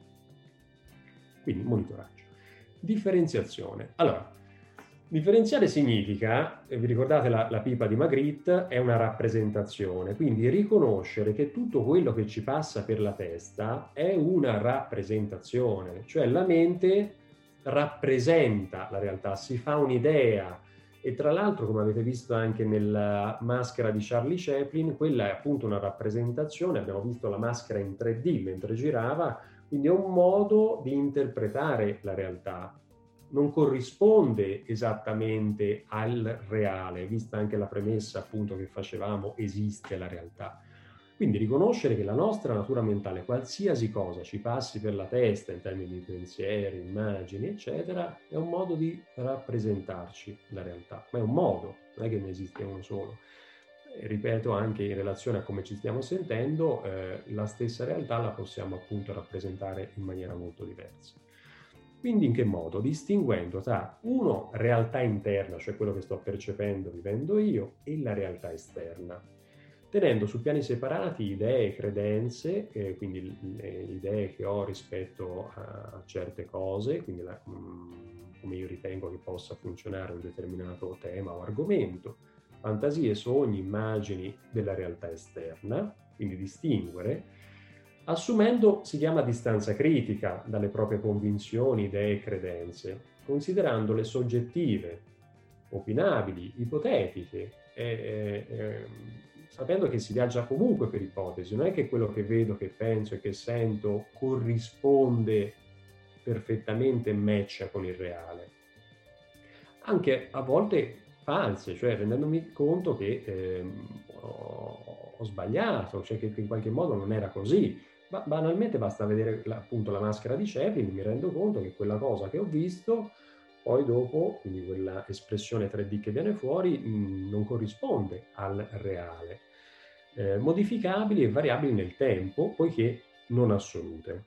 Quindi monitoraggio. Differenziazione. Allora, differenziare significa, vi ricordate la, la pipa di Magritte, è una rappresentazione, quindi riconoscere che tutto quello che ci passa per la testa è una rappresentazione, cioè la mente rappresenta la realtà, si fa un'idea. E tra l'altro, come avete visto anche nella maschera di Charlie Chaplin, quella è appunto una rappresentazione, abbiamo visto la maschera in tre D mentre girava, quindi è un modo di interpretare la realtà. Non corrisponde esattamente al reale, vista anche la premessa appunto che facevamo, esiste la realtà. Quindi riconoscere che la nostra natura mentale, qualsiasi cosa ci passi per la testa in termini di pensieri, immagini, eccetera, è un modo di rappresentarci la realtà, ma è un modo, non è che ne esiste uno solo. E ripeto, anche in relazione a come ci stiamo sentendo, eh, la stessa realtà la possiamo appunto rappresentare in maniera molto diversa. Quindi in che modo? Distinguendo tra uno, realtà interna, cioè quello che sto percependo, vivendo io, e la realtà esterna, tenendo su piani separati idee e credenze, eh, quindi le idee che ho rispetto a certe cose, quindi la, mh, come io ritengo che possa funzionare un determinato tema o argomento, fantasie, sogni, immagini della realtà esterna, quindi distinguere, assumendo, si chiama distanza critica dalle proprie convinzioni, idee e credenze, considerandole soggettive, opinabili, ipotetiche, e, e, e, sapendo che si viaggia comunque per ipotesi, non è che quello che vedo, che penso e che sento corrisponde perfettamente, matcha con il reale. Anche a volte false, cioè rendendomi conto che eh, ho, ho sbagliato, cioè che, che in qualche modo non era così. Ma banalmente basta vedere la, appunto la maschera di Chaplin, mi rendo conto che quella cosa che ho visto poi dopo, quindi quella espressione tre D che viene fuori, mh, non corrisponde al reale. Eh, modificabili e variabili nel tempo, poiché non assolute.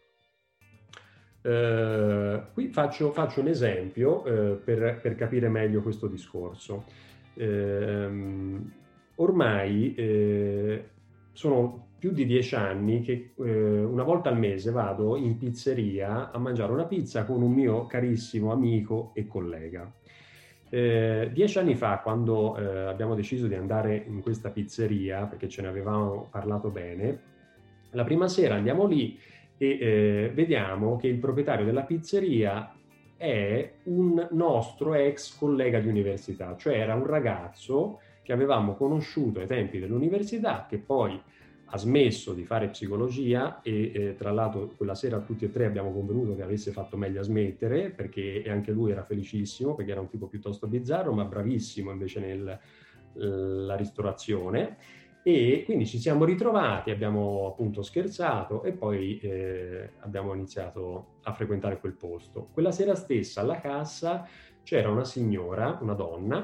Eh, qui faccio, faccio un esempio eh, per, per capire meglio questo discorso. Eh, ormai eh, sono più di dieci anni che eh, una volta al mese vado in pizzeria a mangiare una pizza con un mio carissimo amico e collega. Eh, dieci anni fa, quando eh, abbiamo deciso di andare in questa pizzeria, perché ce ne avevamo parlato bene, la prima sera andiamo lì e eh, vediamo che il proprietario della pizzeria è un nostro ex collega di università, cioè era un ragazzo che avevamo conosciuto ai tempi dell'università, che poi ha smesso di fare psicologia e eh, tra l'altro quella sera tutti e tre abbiamo convenuto che avesse fatto meglio a smettere, perché anche lui era felicissimo, perché era un tipo piuttosto bizzarro ma bravissimo invece nella ristorazione. E quindi ci siamo ritrovati, abbiamo appunto scherzato e poi eh, abbiamo iniziato a frequentare quel posto. Quella sera stessa alla cassa c'era una signora, una donna,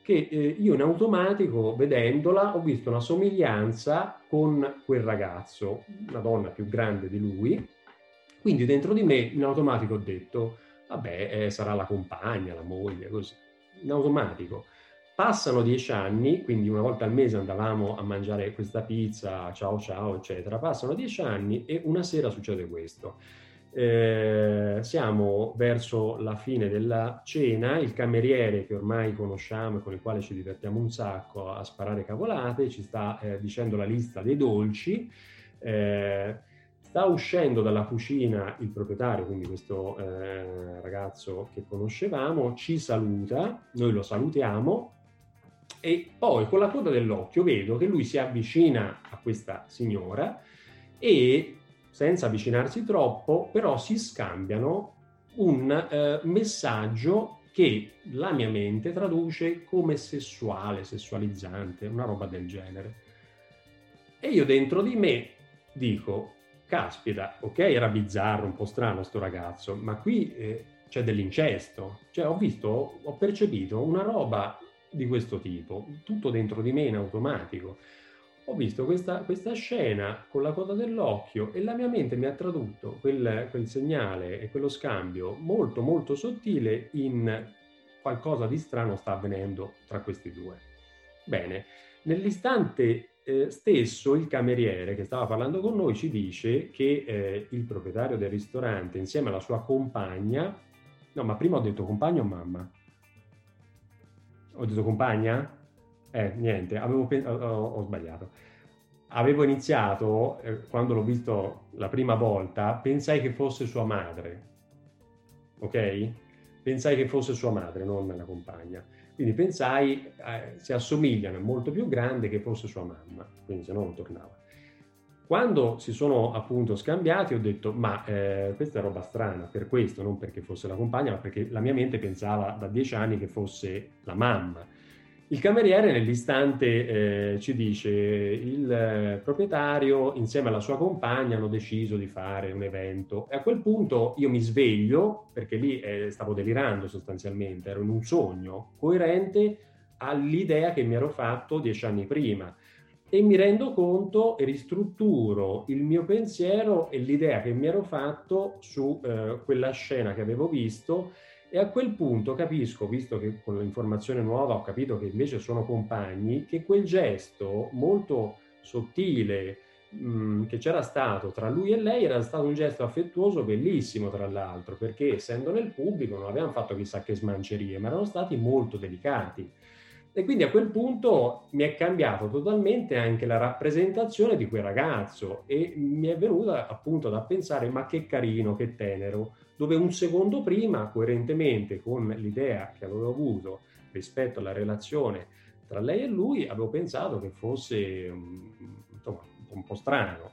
che eh, io in automatico, vedendola, ho visto una somiglianza con quel ragazzo, una donna più grande di lui, quindi dentro di me in automatico ho detto, vabbè, eh, sarà la compagna, la moglie, così, in automatico. Passano dieci anni, quindi una volta al mese andavamo a mangiare questa pizza, ciao ciao, eccetera. Passano dieci anni e una sera succede questo. Eh, siamo verso la fine della cena, il cameriere che ormai conosciamo e con il quale ci divertiamo un sacco a sparare cavolate, ci sta eh, dicendo la lista dei dolci. Eh, sta uscendo dalla cucina il proprietario, quindi questo eh, ragazzo che conoscevamo, ci saluta, noi lo salutiamo. E poi con la coda dell'occhio vedo che lui si avvicina a questa signora e, senza avvicinarsi troppo, però si scambiano un eh, messaggio che la mia mente traduce come sessuale, sessualizzante, una roba del genere. E io dentro di me dico, caspita, ok, era bizzarro, un po' strano sto ragazzo, ma qui eh, c'è dell'incesto. Cioè ho visto, ho percepito una roba di questo tipo, tutto dentro di me in automatico. Ho visto questa, questa scena con la coda dell'occhio e la mia mente mi ha tradotto quel, quel segnale e quello scambio molto molto sottile in qualcosa di strano sta avvenendo tra questi due. Bene, nell'istante eh, stesso il cameriere che stava parlando con noi ci dice che eh, il proprietario del ristorante insieme alla sua compagna, no ma prima ho detto compagno o mamma? Ho detto compagna? Eh, niente, avevo pe- ho, ho sbagliato. Avevo iniziato, eh, quando l'ho visto la prima volta, pensai che fosse sua madre. Ok? Pensai che fosse sua madre, non la compagna. Quindi pensai, eh, si assomigliano, è molto più grande, che fosse sua mamma. Quindi se no non tornava. Quando si sono appunto scambiati ho detto ma eh, questa è roba strana, per questo, non perché fosse la compagna, ma perché la mia mente pensava da dieci anni che fosse la mamma. Il cameriere nell'istante eh, ci dice il eh, proprietario insieme alla sua compagna hanno deciso di fare un evento e a quel punto io mi sveglio perché lì eh, stavo delirando sostanzialmente, ero in un sogno coerente all'idea che mi ero fatto dieci anni prima. E mi rendo conto e ristrutturo il mio pensiero e l'idea che mi ero fatto su eh, quella scena che avevo visto e a quel punto capisco, visto che con l'informazione nuova ho capito che invece sono compagni, che quel gesto molto sottile mh, che c'era stato tra lui e lei era stato un gesto affettuoso bellissimo tra l'altro, perché essendo nel pubblico non avevano fatto chissà che smancerie, ma erano stati molto delicati. E quindi a quel punto mi è cambiato totalmente anche la rappresentazione di quel ragazzo e mi è venuta appunto da pensare ma che carino, che tenero, dove un secondo prima, coerentemente con l'idea che avevo avuto rispetto alla relazione tra lei e lui, avevo pensato che fosse insomma, un po' strano.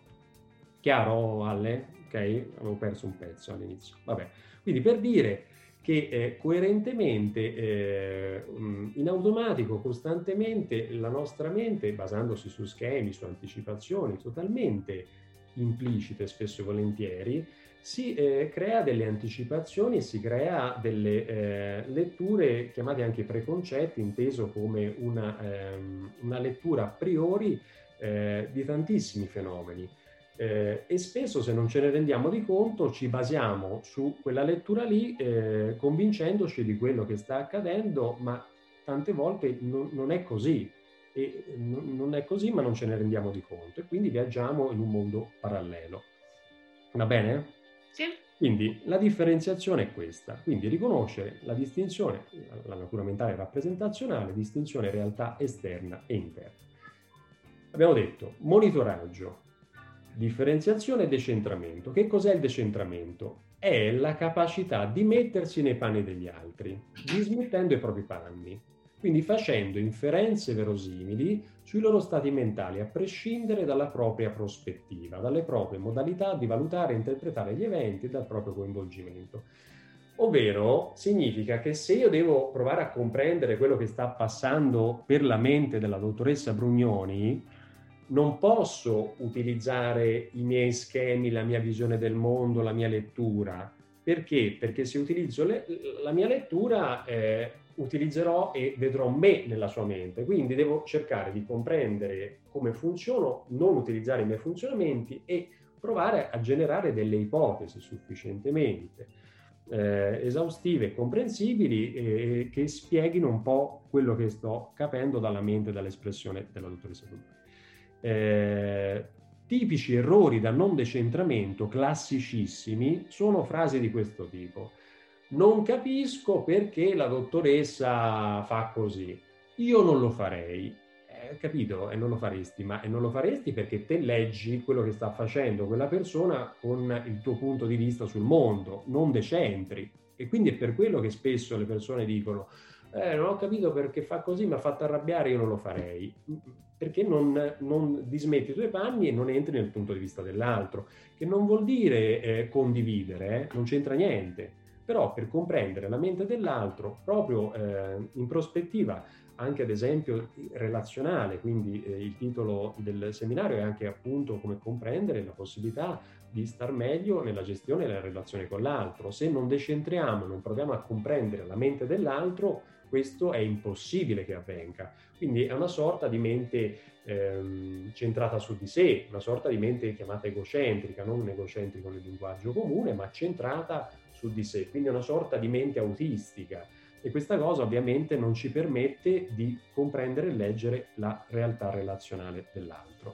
Chiaro, Ale? Ok? Avevo perso un pezzo all'inizio. Vabbè, quindi per dire che eh, coerentemente, eh, in automatico, costantemente, la nostra mente, basandosi su schemi, su anticipazioni totalmente implicite, spesso e volentieri, si eh, crea delle anticipazioni e si crea delle eh, letture chiamate anche preconcetti, inteso come una, ehm, una lettura a priori eh, di tantissimi fenomeni. Eh, e spesso, se non ce ne rendiamo di conto, ci basiamo su quella lettura lì eh, convincendoci di quello che sta accadendo, ma tante volte non, non è così e non, non è così, ma non ce ne rendiamo di conto e quindi viaggiamo in un mondo parallelo. Va bene? Sì. Quindi la differenziazione è questa, quindi riconoscere la distinzione, la natura mentale rappresentazionale, distinzione realtà esterna e interna. Abbiamo detto monitoraggio, differenziazione e decentramento. Che cos'è il decentramento? È la capacità di mettersi nei panni degli altri, dismettendo i propri panni, quindi facendo inferenze verosimili sui loro stati mentali, a prescindere dalla propria prospettiva, dalle proprie modalità di valutare e interpretare gli eventi e dal proprio coinvolgimento. Ovvero, significa che se io devo provare a comprendere quello che sta passando per la mente della dottoressa Brugnoni, non posso utilizzare i miei schemi, la mia visione del mondo, la mia lettura, Perché? Perché se utilizzo le, la mia lettura, eh, utilizzerò e vedrò me nella sua mente, quindi devo cercare di comprendere come funziono, non utilizzare i miei funzionamenti e provare a generare delle ipotesi sufficientemente eh, esaustive e comprensibili eh, che spieghino un po' quello che sto capendo dalla mente e dall'espressione della dottoressa Brugnoni. Eh, tipici errori da non decentramento, classicissimi, sono frasi di questo tipo. Non capisco perché la dottoressa fa così. Io non lo farei. Eh, capito? E non lo faresti, ma e non lo faresti perché te leggi quello che sta facendo quella persona con il tuo punto di vista sul mondo, non decentri. E quindi è per quello che spesso le persone dicono eh, non ho capito perché fa così, mi ha fatto arrabbiare, io non lo farei. Perché non, non dismetti i tuoi panni e non entri nel punto di vista dell'altro, che non vuol dire eh, condividere, eh, non c'entra niente. Però per comprendere la mente dell'altro, proprio eh, in prospettiva, anche ad esempio relazionale, quindi eh, il titolo del seminario è anche appunto come comprendere la possibilità di star meglio nella gestione della relazione con l'altro. Se non decentriamo, non proviamo a comprendere la mente dell'altro, questo è impossibile che avvenga. Quindi è una sorta di mente ehm, centrata su di sé, una sorta di mente chiamata egocentrica, non egocentrica nel linguaggio comune, ma centrata su di sé, quindi è una sorta di mente autistica. E questa cosa ovviamente non ci permette di comprendere e leggere la realtà relazionale dell'altro.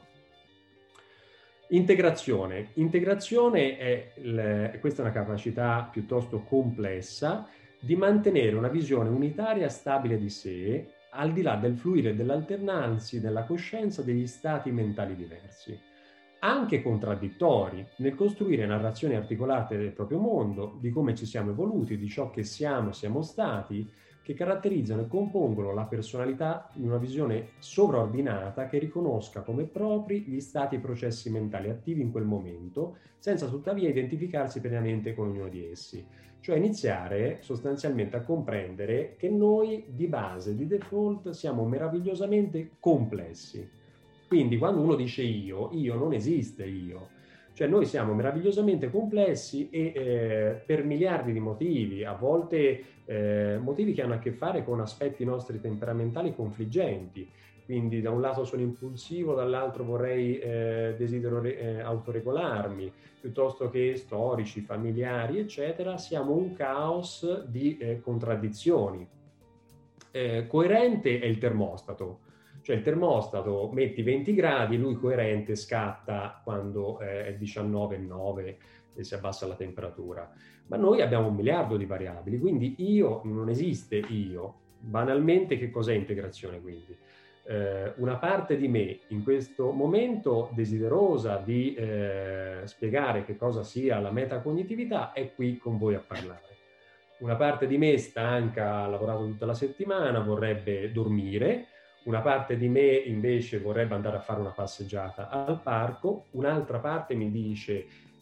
Integrazione. Integrazione è, il, questa è una capacità piuttosto complessa di mantenere una visione unitaria stabile di sé, al di là del fluire e dell'alternanza della coscienza degli stati mentali diversi, anche contraddittori, nel costruire narrazioni articolate del proprio mondo, di come ci siamo evoluti, di ciò che siamo e siamo stati, che caratterizzano e compongono la personalità in una visione sovraordinata che riconosca come propri gli stati e processi mentali attivi in quel momento, senza tuttavia identificarsi pienamente con ognuno di essi. Cioè iniziare sostanzialmente a comprendere che noi di base, di default, siamo meravigliosamente complessi. Quindi quando uno dice io, io non esiste io. Cioè noi siamo meravigliosamente complessi e eh, per miliardi di motivi, a volte eh, motivi che hanno a che fare con aspetti nostri temperamentali confliggenti. Quindi da un lato sono impulsivo, dall'altro vorrei, eh, desidero eh, autoregolarmi, piuttosto che storici, familiari, eccetera. Siamo un caos di eh, contraddizioni. Eh, coerente è il termostato. Cioè il termostato metti venti gradi, lui coerente scatta quando eh, è diciannove virgola nove e si abbassa la temperatura. Ma noi abbiamo un miliardo di variabili, quindi io non esiste io. Banalmente che cos'è integrazione quindi? Eh, una parte di me in questo momento desiderosa di eh, spiegare che cosa sia la metacognitività è qui con voi a parlare. Una parte di me stanca, ha lavorato tutta la settimana, vorrebbe dormire. Una parte di me invece vorrebbe andare a fare una passeggiata al parco, un'altra parte mi dice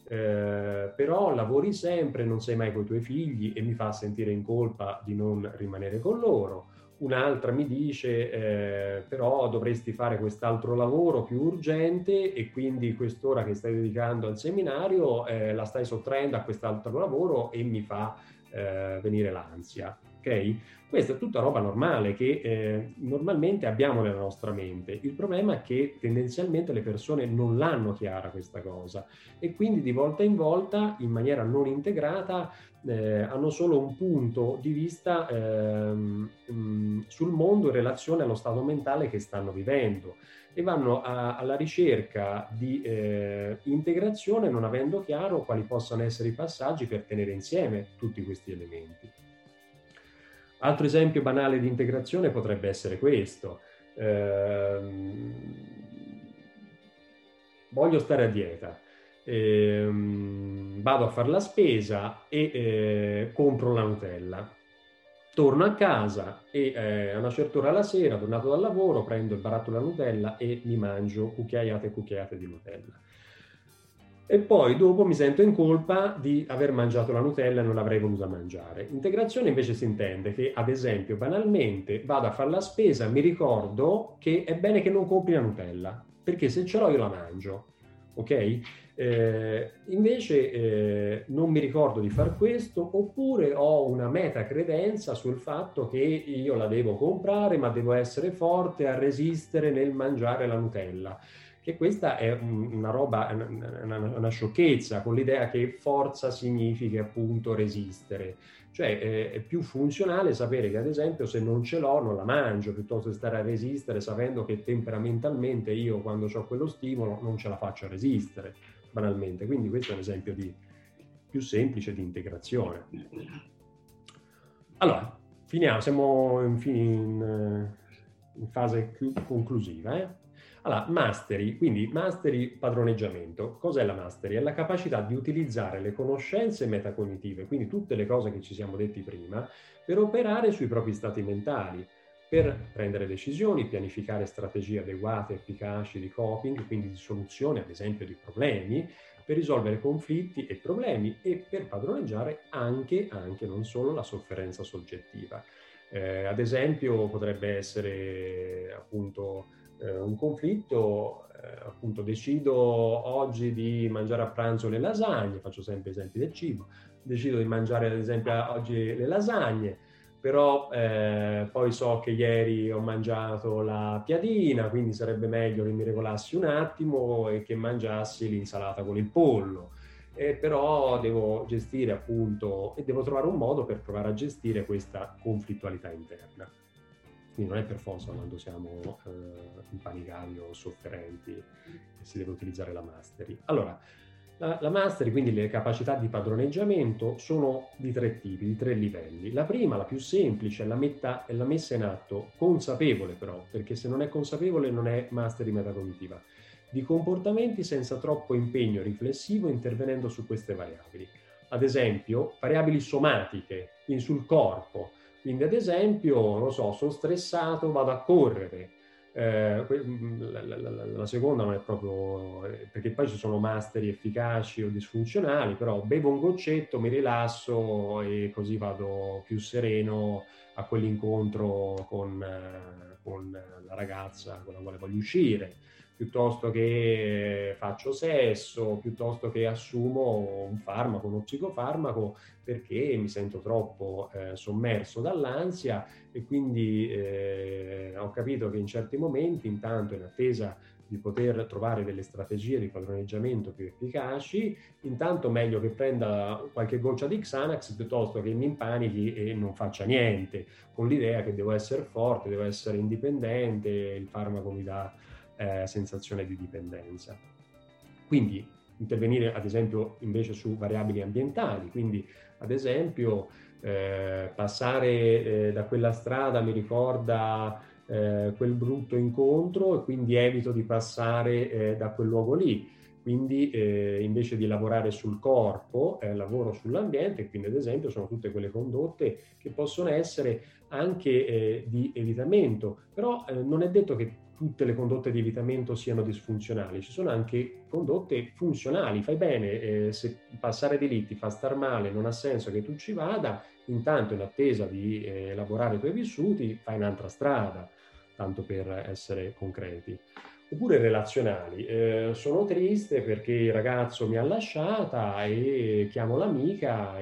eh, però lavori sempre, non sei mai con i tuoi figli e mi fa sentire in colpa di non rimanere con loro. Un'altra mi dice eh, però dovresti fare quest'altro lavoro più urgente e quindi quest'ora che stai dedicando al seminario eh, la stai sottraendo a quest'altro lavoro e mi fa eh, venire l'ansia. Ok? Questa è tutta roba normale che eh, normalmente abbiamo nella nostra mente. Il problema è che tendenzialmente le persone non l'hanno chiara questa cosa e quindi di volta in volta, in maniera non integrata, eh, hanno solo un punto di vista eh, mh, sul mondo in relazione allo stato mentale che stanno vivendo e vanno a, alla ricerca di eh, integrazione non avendo chiaro quali possano essere i passaggi per tenere insieme tutti questi elementi. Altro esempio banale di integrazione potrebbe essere questo. Ehm, voglio stare a dieta, ehm, vado a fare la spesa e eh, compro la Nutella. Torno a casa e eh, a una certa ora la sera, tornato dal lavoro, prendo il barattolo della Nutella e mi mangio cucchiaiate e cucchiaiate di Nutella. E poi dopo mi sento in colpa di aver mangiato la Nutella e non l'avrei voluta mangiare. Integrazione invece si intende che, ad esempio, banalmente vado a fare la spesa, mi ricordo che è bene che non compri la Nutella, perché se ce l'ho io la mangio, ok? Eh, invece eh, non mi ricordo di far questo, oppure ho una metacredenza sul fatto che io la devo comprare, ma devo essere forte a resistere nel mangiare la Nutella. Che questa è una roba, una, una sciocchezza, con l'idea che forza significhi appunto resistere. Cioè eh, è più funzionale sapere che ad esempio se non ce l'ho non la mangio, piuttosto che stare a resistere sapendo che temperamentalmente io quando ho quello stimolo non ce la faccio a resistere, banalmente. Quindi questo è un esempio di, più semplice di integrazione. Allora, finiamo, siamo in, in, in fase conclusiva, eh? Allora, mastery, quindi mastery padroneggiamento. Cos'è la mastery? È la capacità di utilizzare le conoscenze metacognitive, quindi tutte le cose che ci siamo detti prima, per operare sui propri stati mentali, per prendere decisioni, pianificare strategie adeguate, efficaci di coping, quindi di soluzione, ad esempio, di problemi, per risolvere conflitti e problemi e per padroneggiare anche, anche non solo la sofferenza soggettiva. Eh, ad esempio, potrebbe essere appunto eh, un conflitto, eh, appunto decido oggi di mangiare a pranzo le lasagne, faccio sempre esempi del cibo, decido di mangiare ad esempio oggi le lasagne, però eh, poi so che ieri ho mangiato la piadina, quindi sarebbe meglio che mi regolassi un attimo e che mangiassi l'insalata con il pollo. Eh, però devo gestire appunto e devo trovare un modo per provare a gestire questa conflittualità interna. Quindi non è per forza quando siamo eh, impanicati o sofferenti che si deve utilizzare la mastery. Allora, la, la mastery, quindi le capacità di padroneggiamento, sono di tre tipi, di tre livelli. La prima, la più semplice, è la, metta, è la messa in atto consapevole però, perché se non è consapevole non è mastery metacognitiva, di comportamenti senza troppo impegno riflessivo intervenendo su queste variabili. Ad esempio, variabili somatiche, quindi sul corpo. Quindi ad esempio, non so, sono stressato, vado a correre. Eh, la, la, la, la seconda non è proprio, perché poi ci sono mastery efficaci o disfunzionali, però bevo un goccetto, mi rilasso e così vado più sereno a quell'incontro con, eh, con la ragazza con la quale voglio uscire, piuttosto che faccio sesso, piuttosto che assumo un farmaco, uno psicofarmaco, perché mi sento troppo eh, sommerso dall'ansia e quindi eh, ho capito che in certi momenti, intanto in attesa di poter trovare delle strategie di padroneggiamento più efficaci, intanto meglio che prenda qualche goccia di Xanax piuttosto che mi impanichi e non faccia niente, con l'idea che devo essere forte, devo essere indipendente, il farmaco mi dà eh, sensazione di dipendenza. Quindi intervenire ad esempio invece su variabili ambientali, quindi ad esempio eh, passare eh, da quella strada mi ricorda eh, quel brutto incontro e quindi evito di passare eh, da quel luogo lì, quindi eh, invece di lavorare sul corpo eh, lavoro sull'ambiente, quindi ad esempio sono tutte quelle condotte che possono essere anche eh, di evitamento, però eh, non è detto che tutte le condotte di evitamento siano disfunzionali, ci sono anche condotte funzionali, fai bene, eh, se passare di lì ti fa star male, non ha senso che tu ci vada, intanto in attesa di eh, elaborare i tuoi vissuti fai un'altra strada, tanto per essere concreti. Oppure relazionali, eh, sono triste perché il ragazzo mi ha lasciata e chiamo l'amica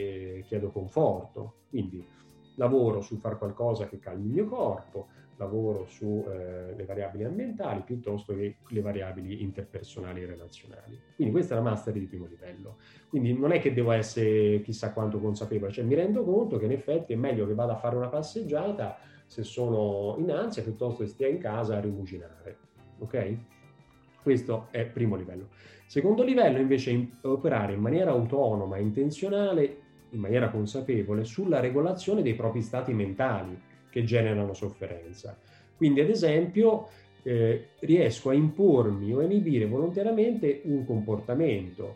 e chiedo conforto, quindi lavoro su far qualcosa che calmi il mio corpo, lavoro sulle eh, variabili ambientali piuttosto che le variabili interpersonali e relazionali. Quindi questa è la mastery di primo livello. Quindi non è che devo essere chissà quanto consapevole, cioè mi rendo conto che in effetti è meglio che vada a fare una passeggiata se sono in ansia piuttosto che stia in casa a rimuginare. Ok? Questo è primo livello. Secondo livello invece è operare in maniera autonoma e intenzionale, in maniera consapevole, sulla regolazione dei propri stati mentali che generano sofferenza. Quindi, ad esempio, eh, riesco a impormi o a inibire volontariamente un comportamento.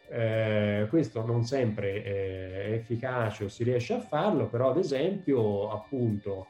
Eh, questo non sempre eh, è efficace o si riesce a farlo, però ad esempio, appunto,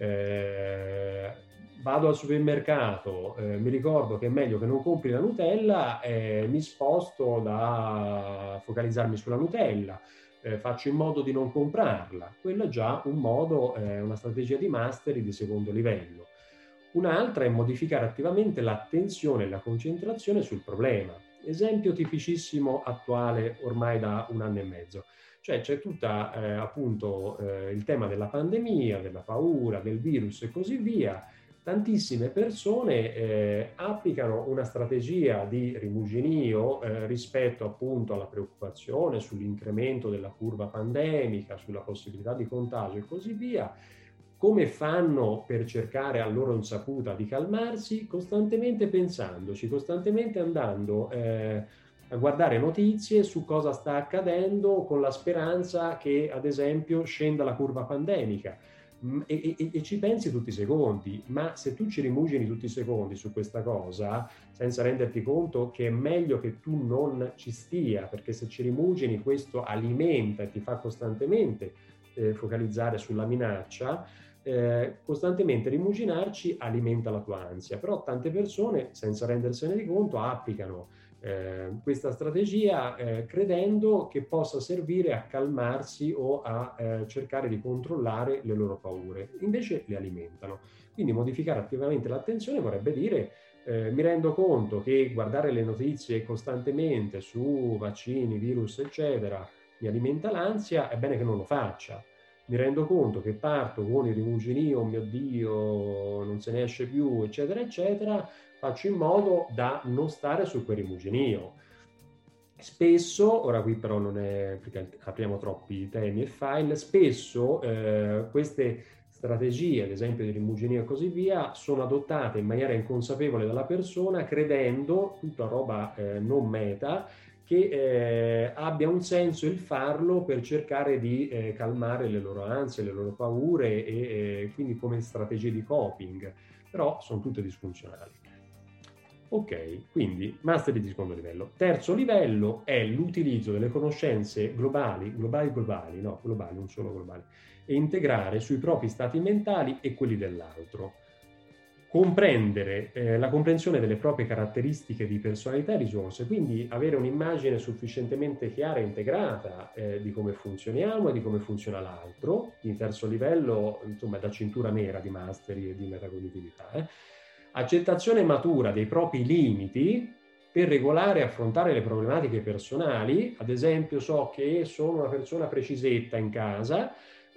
eh, vado al supermercato, eh, mi ricordo che è meglio che non compri la Nutella, eh, mi sposto da focalizzarmi sulla Nutella. Eh, faccio in modo di non comprarla. Quello è già un modo, eh, una strategia di mastery di secondo livello. Un'altra è modificare attivamente l'attenzione e la concentrazione sul problema. esempio tipicissimo attuale ormai da un anno e mezzo. Cioè c'è tutta eh, appunto eh, il tema della pandemia, della paura, del virus e così via. Tantissime persone eh, applicano una strategia di rimuginio eh, rispetto appunto alla preoccupazione sull'incremento della curva pandemica, sulla possibilità di contagio e così via. Come fanno per cercare a loro insaputa di calmarsi? Costantemente pensandoci, costantemente andando eh, a guardare notizie su cosa sta accadendo con la speranza che, ad esempio, scenda la curva pandemica. E, e, e ci pensi tutti i secondi, ma se tu ci rimugini tutti i secondi su questa cosa senza renderti conto che è meglio che tu non ci stia, perché se ci rimugini questo alimenta e ti fa costantemente eh, focalizzare sulla minaccia, eh, costantemente rimuginarci alimenta la tua ansia. Però tante persone senza rendersene di conto applicano Eh, questa strategia eh, credendo che possa servire a calmarsi o a eh, cercare di controllare le loro paure, invece le alimentano. Quindi modificare attivamente l'attenzione vorrebbe dire eh, mi rendo conto che guardare le notizie costantemente su vaccini, virus eccetera mi alimenta l'ansia, è bene che non lo faccia. Mi rendo conto che parto con il rimuginio, oh mio Dio, non se ne esce più, eccetera, eccetera, faccio in modo da non stare su quel rimuginio. Spesso, ora qui però non è perché apriamo troppi temi e file, spesso eh, queste strategie, ad esempio di rimuginio e così via, sono adottate in maniera inconsapevole dalla persona, credendo, tutta roba eh, non meta, che eh, abbia un senso il farlo per cercare di eh, calmare le loro ansie, le loro paure e eh, quindi come strategie di coping, però sono tutte disfunzionali. Ok, quindi mastery di secondo livello. Terzo livello è l'utilizzo delle conoscenze globali, globali globali, no, globali, non solo globali, e integrare sui propri stati mentali e quelli dell'altro. Comprendere eh, la comprensione delle proprie caratteristiche di personalità e risorse, quindi avere un'immagine sufficientemente chiara e integrata eh, di come funzioniamo e di come funziona l'altro. In terzo livello, insomma, è da cintura nera di mastery e di metacognitività. Eh. Accettazione matura dei propri limiti per regolare e affrontare le problematiche personali. Ad esempio, so che sono una persona precisetta in casa,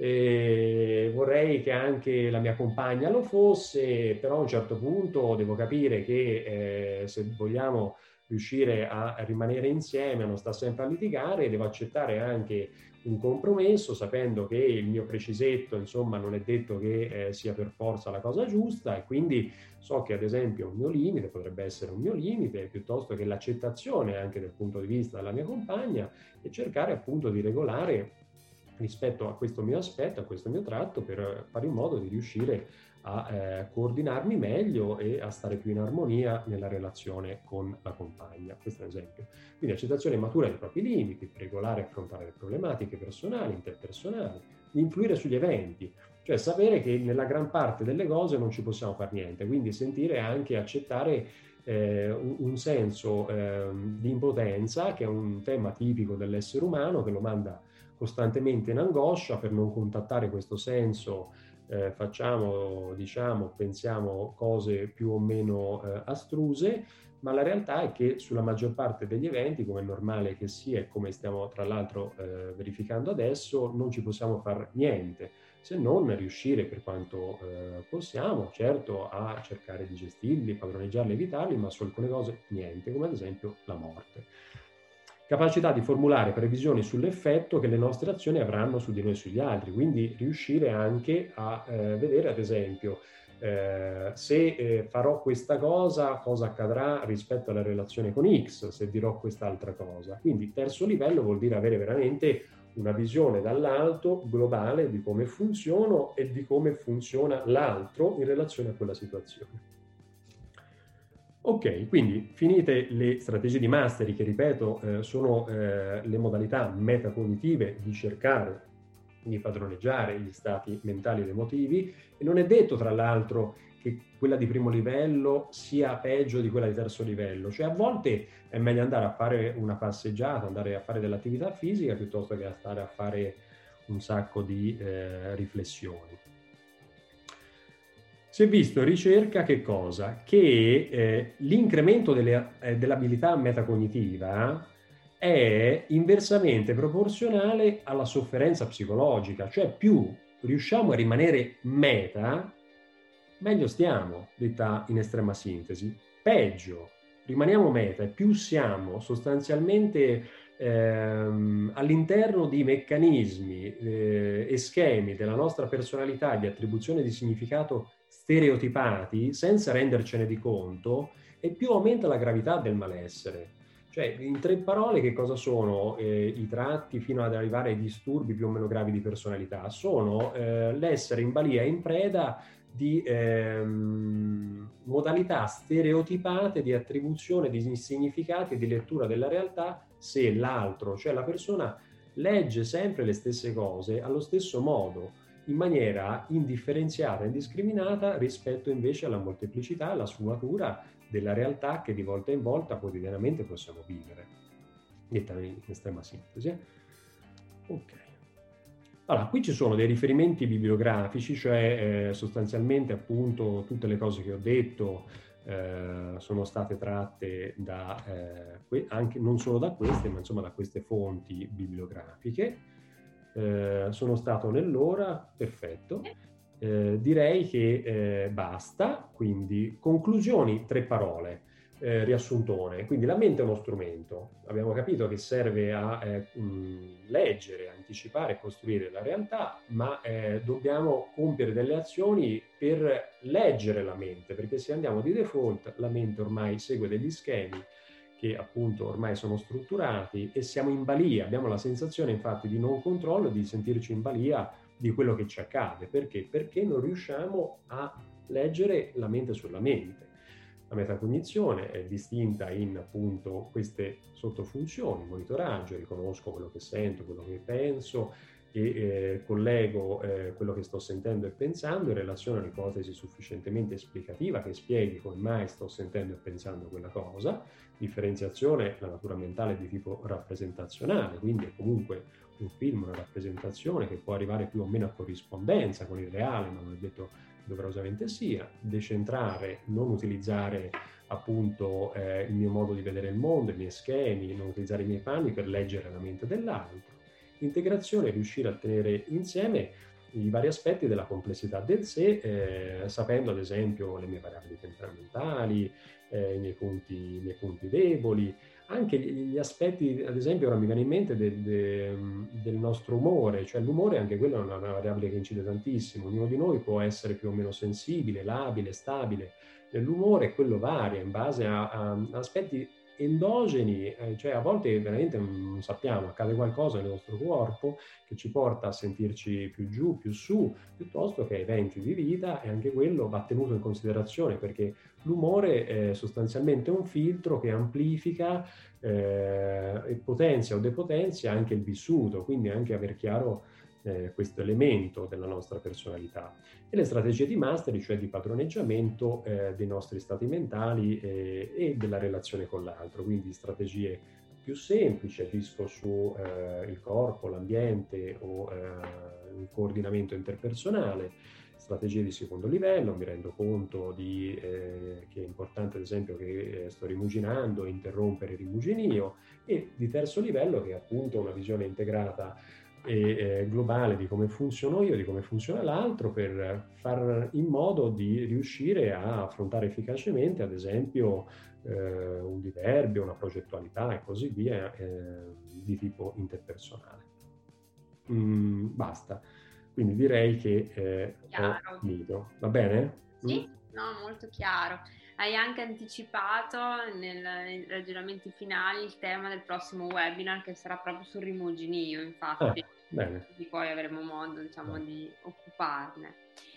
Eh, vorrei che anche la mia compagna lo fosse, però a un certo punto devo capire che eh, se vogliamo riuscire a rimanere insieme, a non sta sempre a litigare, devo accettare anche un compromesso, sapendo che il mio precisetto, insomma, non è detto che eh, sia per forza la cosa giusta, e quindi so che ad esempio un mio limite potrebbe essere un mio limite, piuttosto che l'accettazione anche dal punto di vista della mia compagna, e cercare appunto di regolare rispetto a questo mio aspetto, a questo mio tratto, per fare in modo di riuscire a eh, coordinarmi meglio e a stare più in armonia nella relazione con la compagna. Questo è un esempio. Quindi accettazione matura dei propri limiti, per regolare e affrontare le problematiche personali, interpersonali, influire sugli eventi, cioè sapere che nella gran parte delle cose non ci possiamo fare niente, quindi sentire anche accettare eh, un, un senso eh, di impotenza, che è un tema tipico dell'essere umano, che lo manda costantemente in angoscia. Per non contattare questo senso eh, facciamo, diciamo, pensiamo cose più o meno eh, astruse, ma la realtà è che sulla maggior parte degli eventi, come è normale che sia e come stiamo tra l'altro eh, verificando adesso, non ci possiamo fare niente, se non riuscire per quanto eh, possiamo, certo, a cercare di gestirli, padroneggiarli, evitarli, ma su alcune cose niente, come ad esempio la morte. Capacità di formulare previsioni sull'effetto che le nostre azioni avranno su di noi e sugli altri, quindi riuscire anche a eh, vedere, ad esempio, eh, se eh, farò questa cosa, cosa accadrà rispetto alla relazione con X, se dirò quest'altra cosa. Quindi terzo livello vuol dire avere veramente una visione dall'alto, globale, di come funziono e di come funziona l'altro in relazione a quella situazione. Ok, quindi finite le strategie di mastery, che ripeto eh, sono eh, le modalità metacognitive di cercare di padroneggiare gli stati mentali ed emotivi, e non è detto tra l'altro che quella di primo livello sia peggio di quella di terzo livello, cioè a volte è meglio andare a fare una passeggiata, andare a fare dell'attività fisica piuttosto che a stare a fare un sacco di eh, riflessioni. Si è visto in ricerca che cosa? Che eh, l'incremento delle, eh, dell'abilità metacognitiva è inversamente proporzionale alla sofferenza psicologica, cioè più riusciamo a rimanere meta, meglio stiamo, detta in estrema sintesi. Peggio, rimaniamo meta e più siamo sostanzialmente ehm, all'interno di meccanismi eh, e schemi della nostra personalità di attribuzione di significato stereotipati, senza rendercene di conto, e più aumenta la gravità del malessere. Cioè, in tre parole, che cosa sono eh, i tratti fino ad arrivare ai disturbi più o meno gravi di personalità? Sono eh, l'essere in balia e in preda di ehm, modalità stereotipate di attribuzione di significati e di lettura della realtà, se l'altro, cioè la persona, legge sempre le stesse cose allo stesso modo, in maniera indifferenziata e indiscriminata, rispetto invece alla molteplicità e alla sfumatura della realtà che di volta in volta quotidianamente possiamo vivere. Detta in estrema sintesi. Ok. Allora, qui ci sono dei riferimenti bibliografici, cioè eh, sostanzialmente appunto tutte le cose che ho detto eh, sono state tratte da, eh, que- anche, non solo da queste, ma insomma da queste fonti bibliografiche. Eh, sono stato nell'ora, perfetto. Eh, direi che eh, basta, quindi conclusioni, tre parole. Eh, riassuntone, quindi la mente è uno strumento, abbiamo capito che serve a eh, mh, leggere, anticipare e costruire la realtà, ma eh, dobbiamo compiere delle azioni per leggere la mente, perché se andiamo di default la mente ormai segue degli schemi che appunto ormai sono strutturati e siamo in balia, abbiamo la sensazione infatti di non controllo, di sentirci in balia di quello che ci accade. Perché? Perché non riusciamo a leggere la mente sulla mente. La metacognizione è distinta in appunto queste sottofunzioni: monitoraggio, riconosco quello che sento, quello che penso e eh, collego eh, quello che sto sentendo e pensando in relazione a un'ipotesi sufficientemente esplicativa che spieghi come mai sto sentendo e pensando quella cosa. Differenziazione, la natura mentale è di tipo rappresentazionale, quindi è comunque un film, una rappresentazione che può arrivare più o meno a corrispondenza con il reale, ma non è detto doverosamente sia. Decentrare, non utilizzare appunto eh, il mio modo di vedere il mondo, i miei schemi, non utilizzare i miei panni per leggere la mente dell'altro. Integrazione, riuscire a tenere insieme i vari aspetti della complessità del sé, eh, sapendo ad esempio le mie variabili temperamentali, eh, i, miei punti, i miei punti deboli, anche gli aspetti, ad esempio ora mi viene in mente del, del nostro umore, cioè l'umore anche quello è una, una variabile che incide tantissimo, ognuno di noi può essere più o meno sensibile, labile, stabile nell'umore, e quello varia in base a, a aspetti endogeni, eh, cioè a volte veramente non sappiamo, accade qualcosa nel nostro corpo che ci porta a sentirci più giù, più su, piuttosto che eventi di vita, e anche quello va tenuto in considerazione, perché l'umore è sostanzialmente un filtro che amplifica eh, e potenzia o depotenzia anche il vissuto, quindi anche aver chiaro eh, questo elemento della nostra personalità. E le strategie di mastery, cioè di padroneggiamento eh, dei nostri stati mentali eh, e della relazione con l'altro, quindi strategie più semplici, agisco su eh, il corpo, l'ambiente o eh, il coordinamento interpersonale. Strategie di secondo livello, mi rendo conto di, eh, che è importante ad esempio che eh, sto rimuginando, interrompere il rimuginio, e di terzo livello che è appunto una visione integrata e eh, globale di come funziono io, di come funziona l'altro, per far in modo di riuscire a affrontare efficacemente ad esempio eh, un diverbio, una progettualità e così via eh, di tipo interpersonale. Mm, basta. Quindi direi che eh, ho finito. Va bene? Sì, mm? No, molto chiaro. Hai anche anticipato nel, nei ragionamenti finali il tema del prossimo webinar, che sarà proprio sul rimuginio, infatti. Ah, bene. Quindi poi avremo modo, diciamo, bene, di occuparne.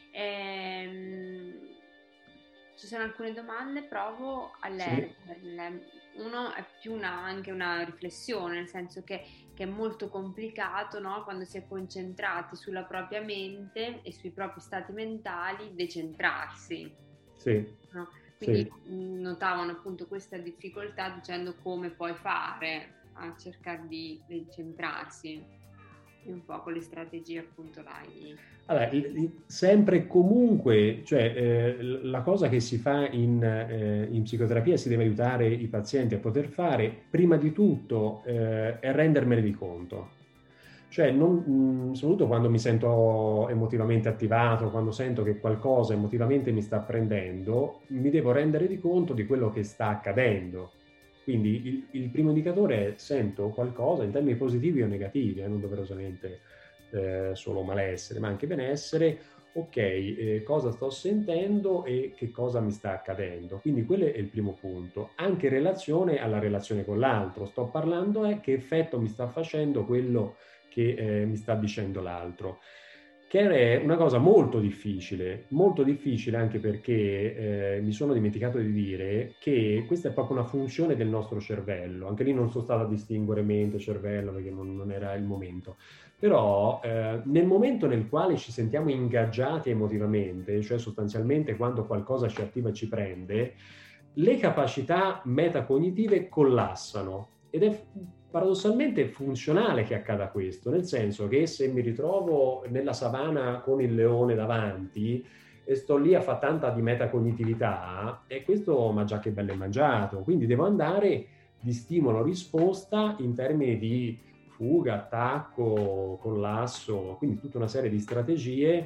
Ehm, ci sono alcune domande, provo a leggerle. Sì. Uno è più una, anche una riflessione, nel senso che, che è molto complicato, no? Quando si è concentrati sulla propria mente e sui propri stati mentali, decentrarsi. Sì. No? Quindi sì. notavano appunto questa difficoltà dicendo come puoi fare a cercare di decentrarsi. E un po' con le strategie appunto l'hai... Allora, sempre e comunque, cioè eh, la cosa che si fa in, eh, in psicoterapia si deve aiutare i pazienti a poter fare, prima di tutto, eh, è rendermene di conto. Cioè, non, mh, soprattutto quando mi sento emotivamente attivato, quando sento che qualcosa emotivamente mi sta prendendo, mi devo rendere di conto di quello che sta accadendo. Quindi il, il primo indicatore è sento qualcosa in termini positivi o negativi, eh, non doverosamente eh, solo malessere, ma anche benessere. Ok, eh, cosa sto sentendo e che cosa mi sta accadendo. Quindi quello è il primo punto. Anche in relazione alla relazione con l'altro. Sto parlando è che effetto mi sta facendo quello che eh, mi sta dicendo l'altro. Che è una cosa molto difficile, molto difficile anche perché eh, mi sono dimenticato di dire che questa è proprio una funzione del nostro cervello. Anche lì non sono stato a distinguere mente e cervello perché non, non era il momento. Però eh, nel momento nel quale ci sentiamo ingaggiati emotivamente, cioè sostanzialmente quando qualcosa ci attiva e ci prende, le capacità metacognitive collassano ed è paradossalmente funzionale che accada questo, nel senso che se mi ritrovo nella savana con il leone davanti e sto lì a fare tanta di metacognitività, e questo ma già che bello è mangiato, quindi devo andare di stimolo-risposta in termini di fuga, attacco, collasso, quindi tutta una serie di strategie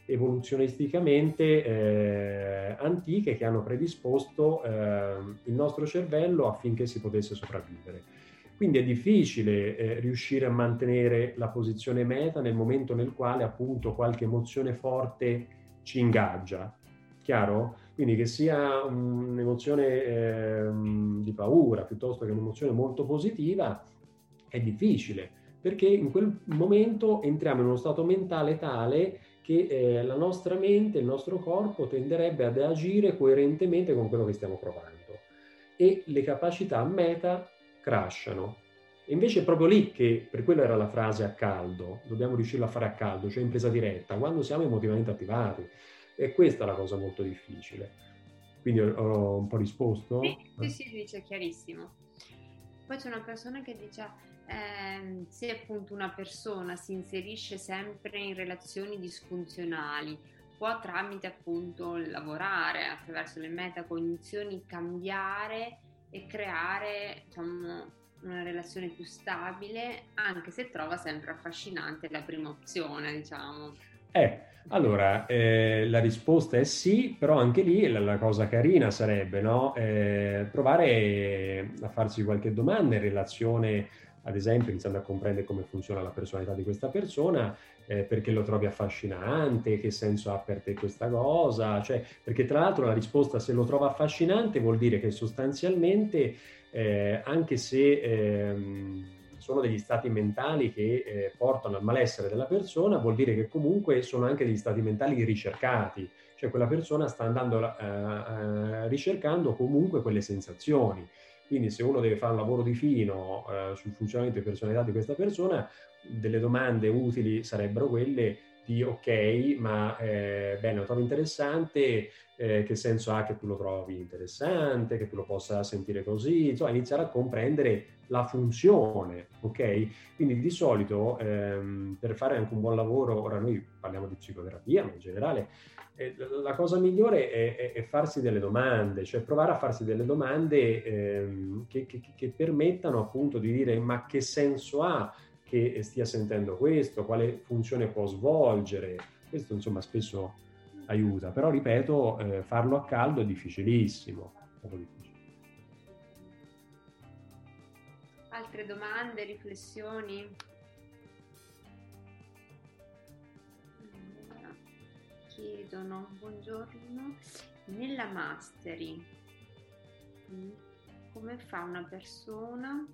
evoluzionisticamente eh, antiche che hanno predisposto eh, il nostro cervello affinché si potesse sopravvivere. Quindi è difficile eh, riuscire a mantenere la posizione meta nel momento nel quale appunto qualche emozione forte ci ingaggia. Chiaro? Quindi che sia un'emozione eh, di paura piuttosto che un'emozione molto positiva è difficile, perché in quel momento entriamo in uno stato mentale tale che eh, la nostra mente, il nostro corpo tenderebbe ad agire coerentemente con quello che stiamo provando e le capacità meta crashano. E invece è proprio lì che, per quello era la frase a caldo, dobbiamo riuscirlo a fare a caldo, cioè in presa diretta, quando siamo emotivamente attivati. E questa è la cosa molto difficile. Quindi ho, ho un po' risposto? Sì, sì, sì, dice chiarissimo. Poi c'è una persona che dice ehm, se appunto una persona si inserisce sempre in relazioni disfunzionali, può tramite appunto il lavorare attraverso le metacognizioni cambiare e creare, diciamo, una relazione più stabile, anche se trova sempre affascinante la prima opzione, diciamo. Eh, allora, eh, la risposta è sì, però anche lì la, la cosa carina sarebbe, no? Eh, provare a farsi qualche domanda in relazione, ad esempio, iniziando a comprendere come funziona la personalità di questa persona, eh, perché lo trovi affascinante, che senso ha per te questa cosa, cioè, perché tra l'altro la risposta se lo trova affascinante vuol dire che sostanzialmente, eh, anche se... ehm, sono degli stati mentali che eh, portano al malessere della persona, vuol dire che comunque sono anche degli stati mentali ricercati, cioè quella persona sta andando eh, eh, ricercando comunque quelle sensazioni. Quindi se uno deve fare un lavoro di fino eh, sul funzionamento di personalità di questa persona, delle domande utili sarebbero quelle di ok, ma eh, bene, lo trovo interessante, eh, che senso ha che tu lo trovi interessante, che tu lo possa sentire così, insomma iniziare a comprendere la funzione, ok? Quindi di solito ehm, per fare anche un buon lavoro, ora noi parliamo di psicoterapia, ma in generale eh, la cosa migliore è, è, è farsi delle domande, cioè provare a farsi delle domande ehm, che, che, che permettano appunto di dire ma che senso ha che stia sentendo questo, quale funzione può svolgere, questo insomma spesso aiuta, però ripeto, eh, farlo a caldo è difficilissimo, proprio difficile. Altre domande, riflessioni? Allora, chiedono, buongiorno, nella mastery, come fa una persona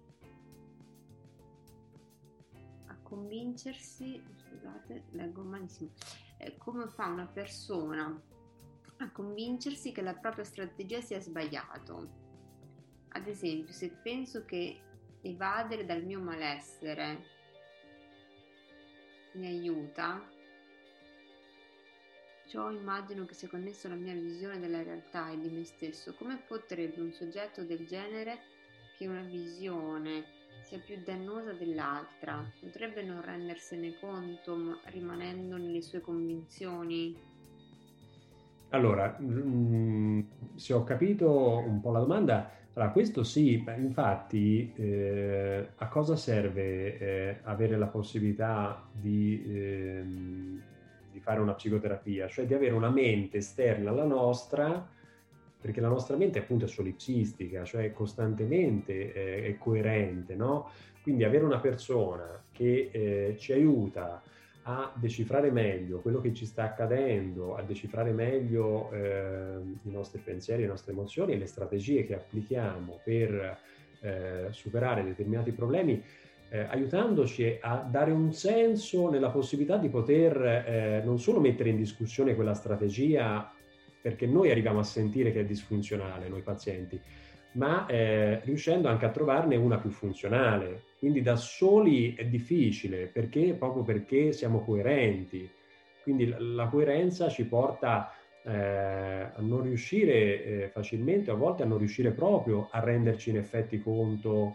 a convincersi, scusate, leggo malissimo, eh, come fa una persona a convincersi che la propria strategia sia sbagliata? Ad esempio, se penso che evadere dal mio malessere mi aiuta, ciò immagino che sia connesso alla mia visione della realtà e di me stesso. Come potrebbe un soggetto del genere, che una visione sia più dannosa dell'altra? Potrebbe non rendersene conto, ma rimanendo nelle sue convinzioni? Allora, mh, se ho capito un po' la domanda, allora questo sì, beh, infatti eh, a cosa serve eh, avere la possibilità di, ehm, di fare una psicoterapia? Cioè di avere una mente esterna alla nostra, perché la nostra mente appunto è solipsistica, cioè costantemente eh, è coerente, no? Quindi avere una persona che eh, ci aiuta a decifrare meglio quello che ci sta accadendo, a decifrare meglio eh, i nostri pensieri, le nostre emozioni e le strategie che applichiamo per eh, superare determinati problemi, eh, aiutandoci a dare un senso nella possibilità di poter eh, non solo mettere in discussione quella strategia, perché noi arriviamo a sentire che è disfunzionale, noi pazienti, ma eh, riuscendo anche a trovarne una più funzionale. Quindi da soli è difficile, perché proprio perché siamo coerenti. Quindi la, la coerenza ci porta eh, a non riuscire eh, facilmente, a volte a non riuscire proprio a renderci in effetti conto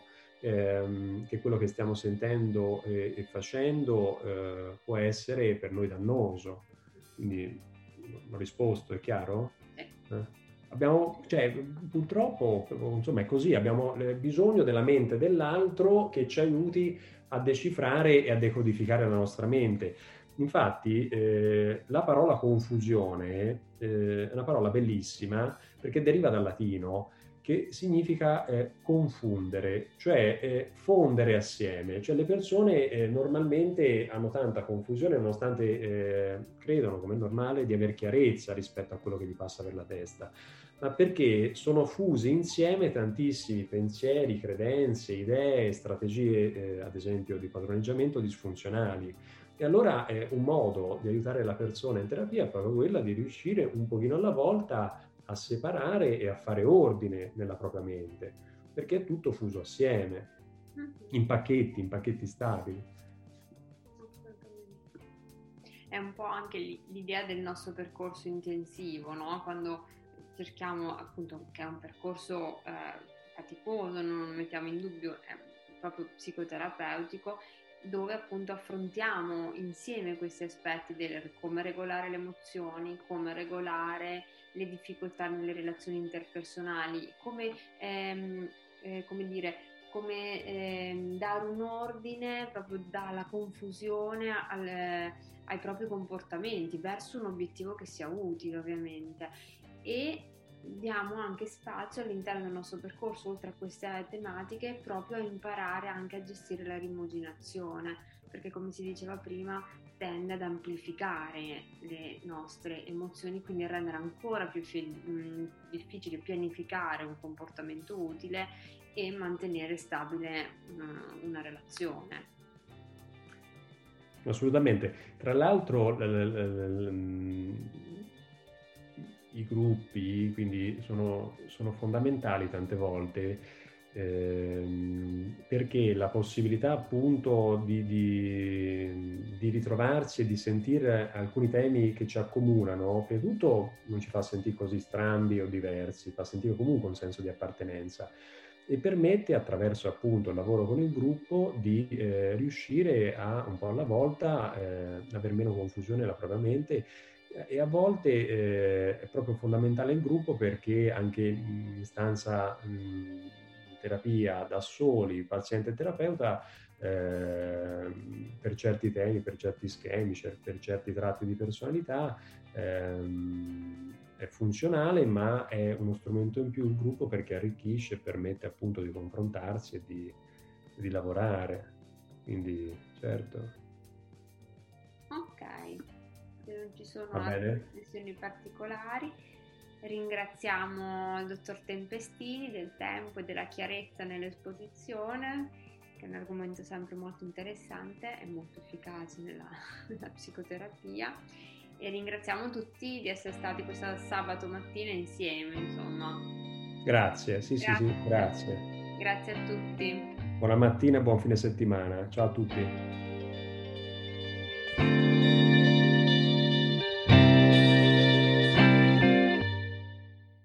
ehm, che quello che stiamo sentendo e, e facendo eh, può essere per noi dannoso. Quindi ho risposto, è chiaro? Eh? Abbiamo, cioè, purtroppo, insomma, è così, abbiamo bisogno della mente dell'altro che ci aiuti a decifrare e a decodificare la nostra mente. Infatti, eh, la parola confusione eh, è una parola bellissima perché deriva dal latino, che significa eh, confondere, cioè eh, fondere assieme. Cioè le persone eh, normalmente hanno tanta confusione nonostante eh, credono, come è normale, di aver chiarezza rispetto a quello che gli passa per la testa, ma perché sono fusi insieme tantissimi pensieri, credenze, idee, strategie, eh, ad esempio di padroneggiamento disfunzionali. E allora eh, un modo di aiutare la persona in terapia è proprio quella di riuscire un pochino alla volta a separare e a fare ordine nella propria mente, perché è tutto fuso assieme, in pacchetti, in pacchetti stabili. È un po' anche l'idea del nostro percorso intensivo, no? Quando cerchiamo, appunto, che è un percorso eh, faticoso, non lo mettiamo in dubbio, è proprio psicoterapeutico, dove appunto affrontiamo insieme questi aspetti del come regolare le emozioni, come regolare le difficoltà nelle relazioni interpersonali, come, ehm, eh, come dire, come ehm, dare un ordine proprio dalla confusione al, ai propri comportamenti verso un obiettivo che sia utile, ovviamente. E diamo anche spazio all'interno del nostro percorso, oltre a queste tematiche, proprio a imparare anche a gestire la rimuginazione, perché come si diceva prima tende ad amplificare le nostre emozioni, quindi a rendere ancora più fi- mh, difficile pianificare un comportamento utile e mantenere stabile una, una relazione. Assolutamente. Tra l'altro l- l- l- i gruppi quindi sono, sono fondamentali tante volte ehm, perché la possibilità appunto di, di, di ritrovarsi e di sentire alcuni temi che ci accomunano, prima di tutto non ci fa sentire così strambi o diversi, fa sentire comunque un senso di appartenenza e permette attraverso appunto il lavoro con il gruppo di eh, riuscire a un po' alla volta eh, avere meno confusione nella propria mente. E a volte eh, è proprio fondamentale il gruppo perché anche in stanza mh, in terapia da soli, paziente e terapeuta, eh, per certi temi, per certi schemi, cioè per certi tratti di personalità, ehm, è funzionale, ma è uno strumento in più il gruppo perché arricchisce e permette appunto di confrontarsi e di, di lavorare. Quindi, certo. Ok. Se non ci sono Va altre bene? questioni particolari, ringraziamo il dottor Tempestini del tempo e della chiarezza nell'esposizione, che è un argomento sempre molto interessante e molto efficace nella, nella psicoterapia, e ringraziamo tutti di essere stati questo sabato mattina insieme, insomma. Grazie, sì, sì, Grazie. sì, grazie. Grazie a tutti. Buona mattina e buon fine settimana. Ciao a tutti.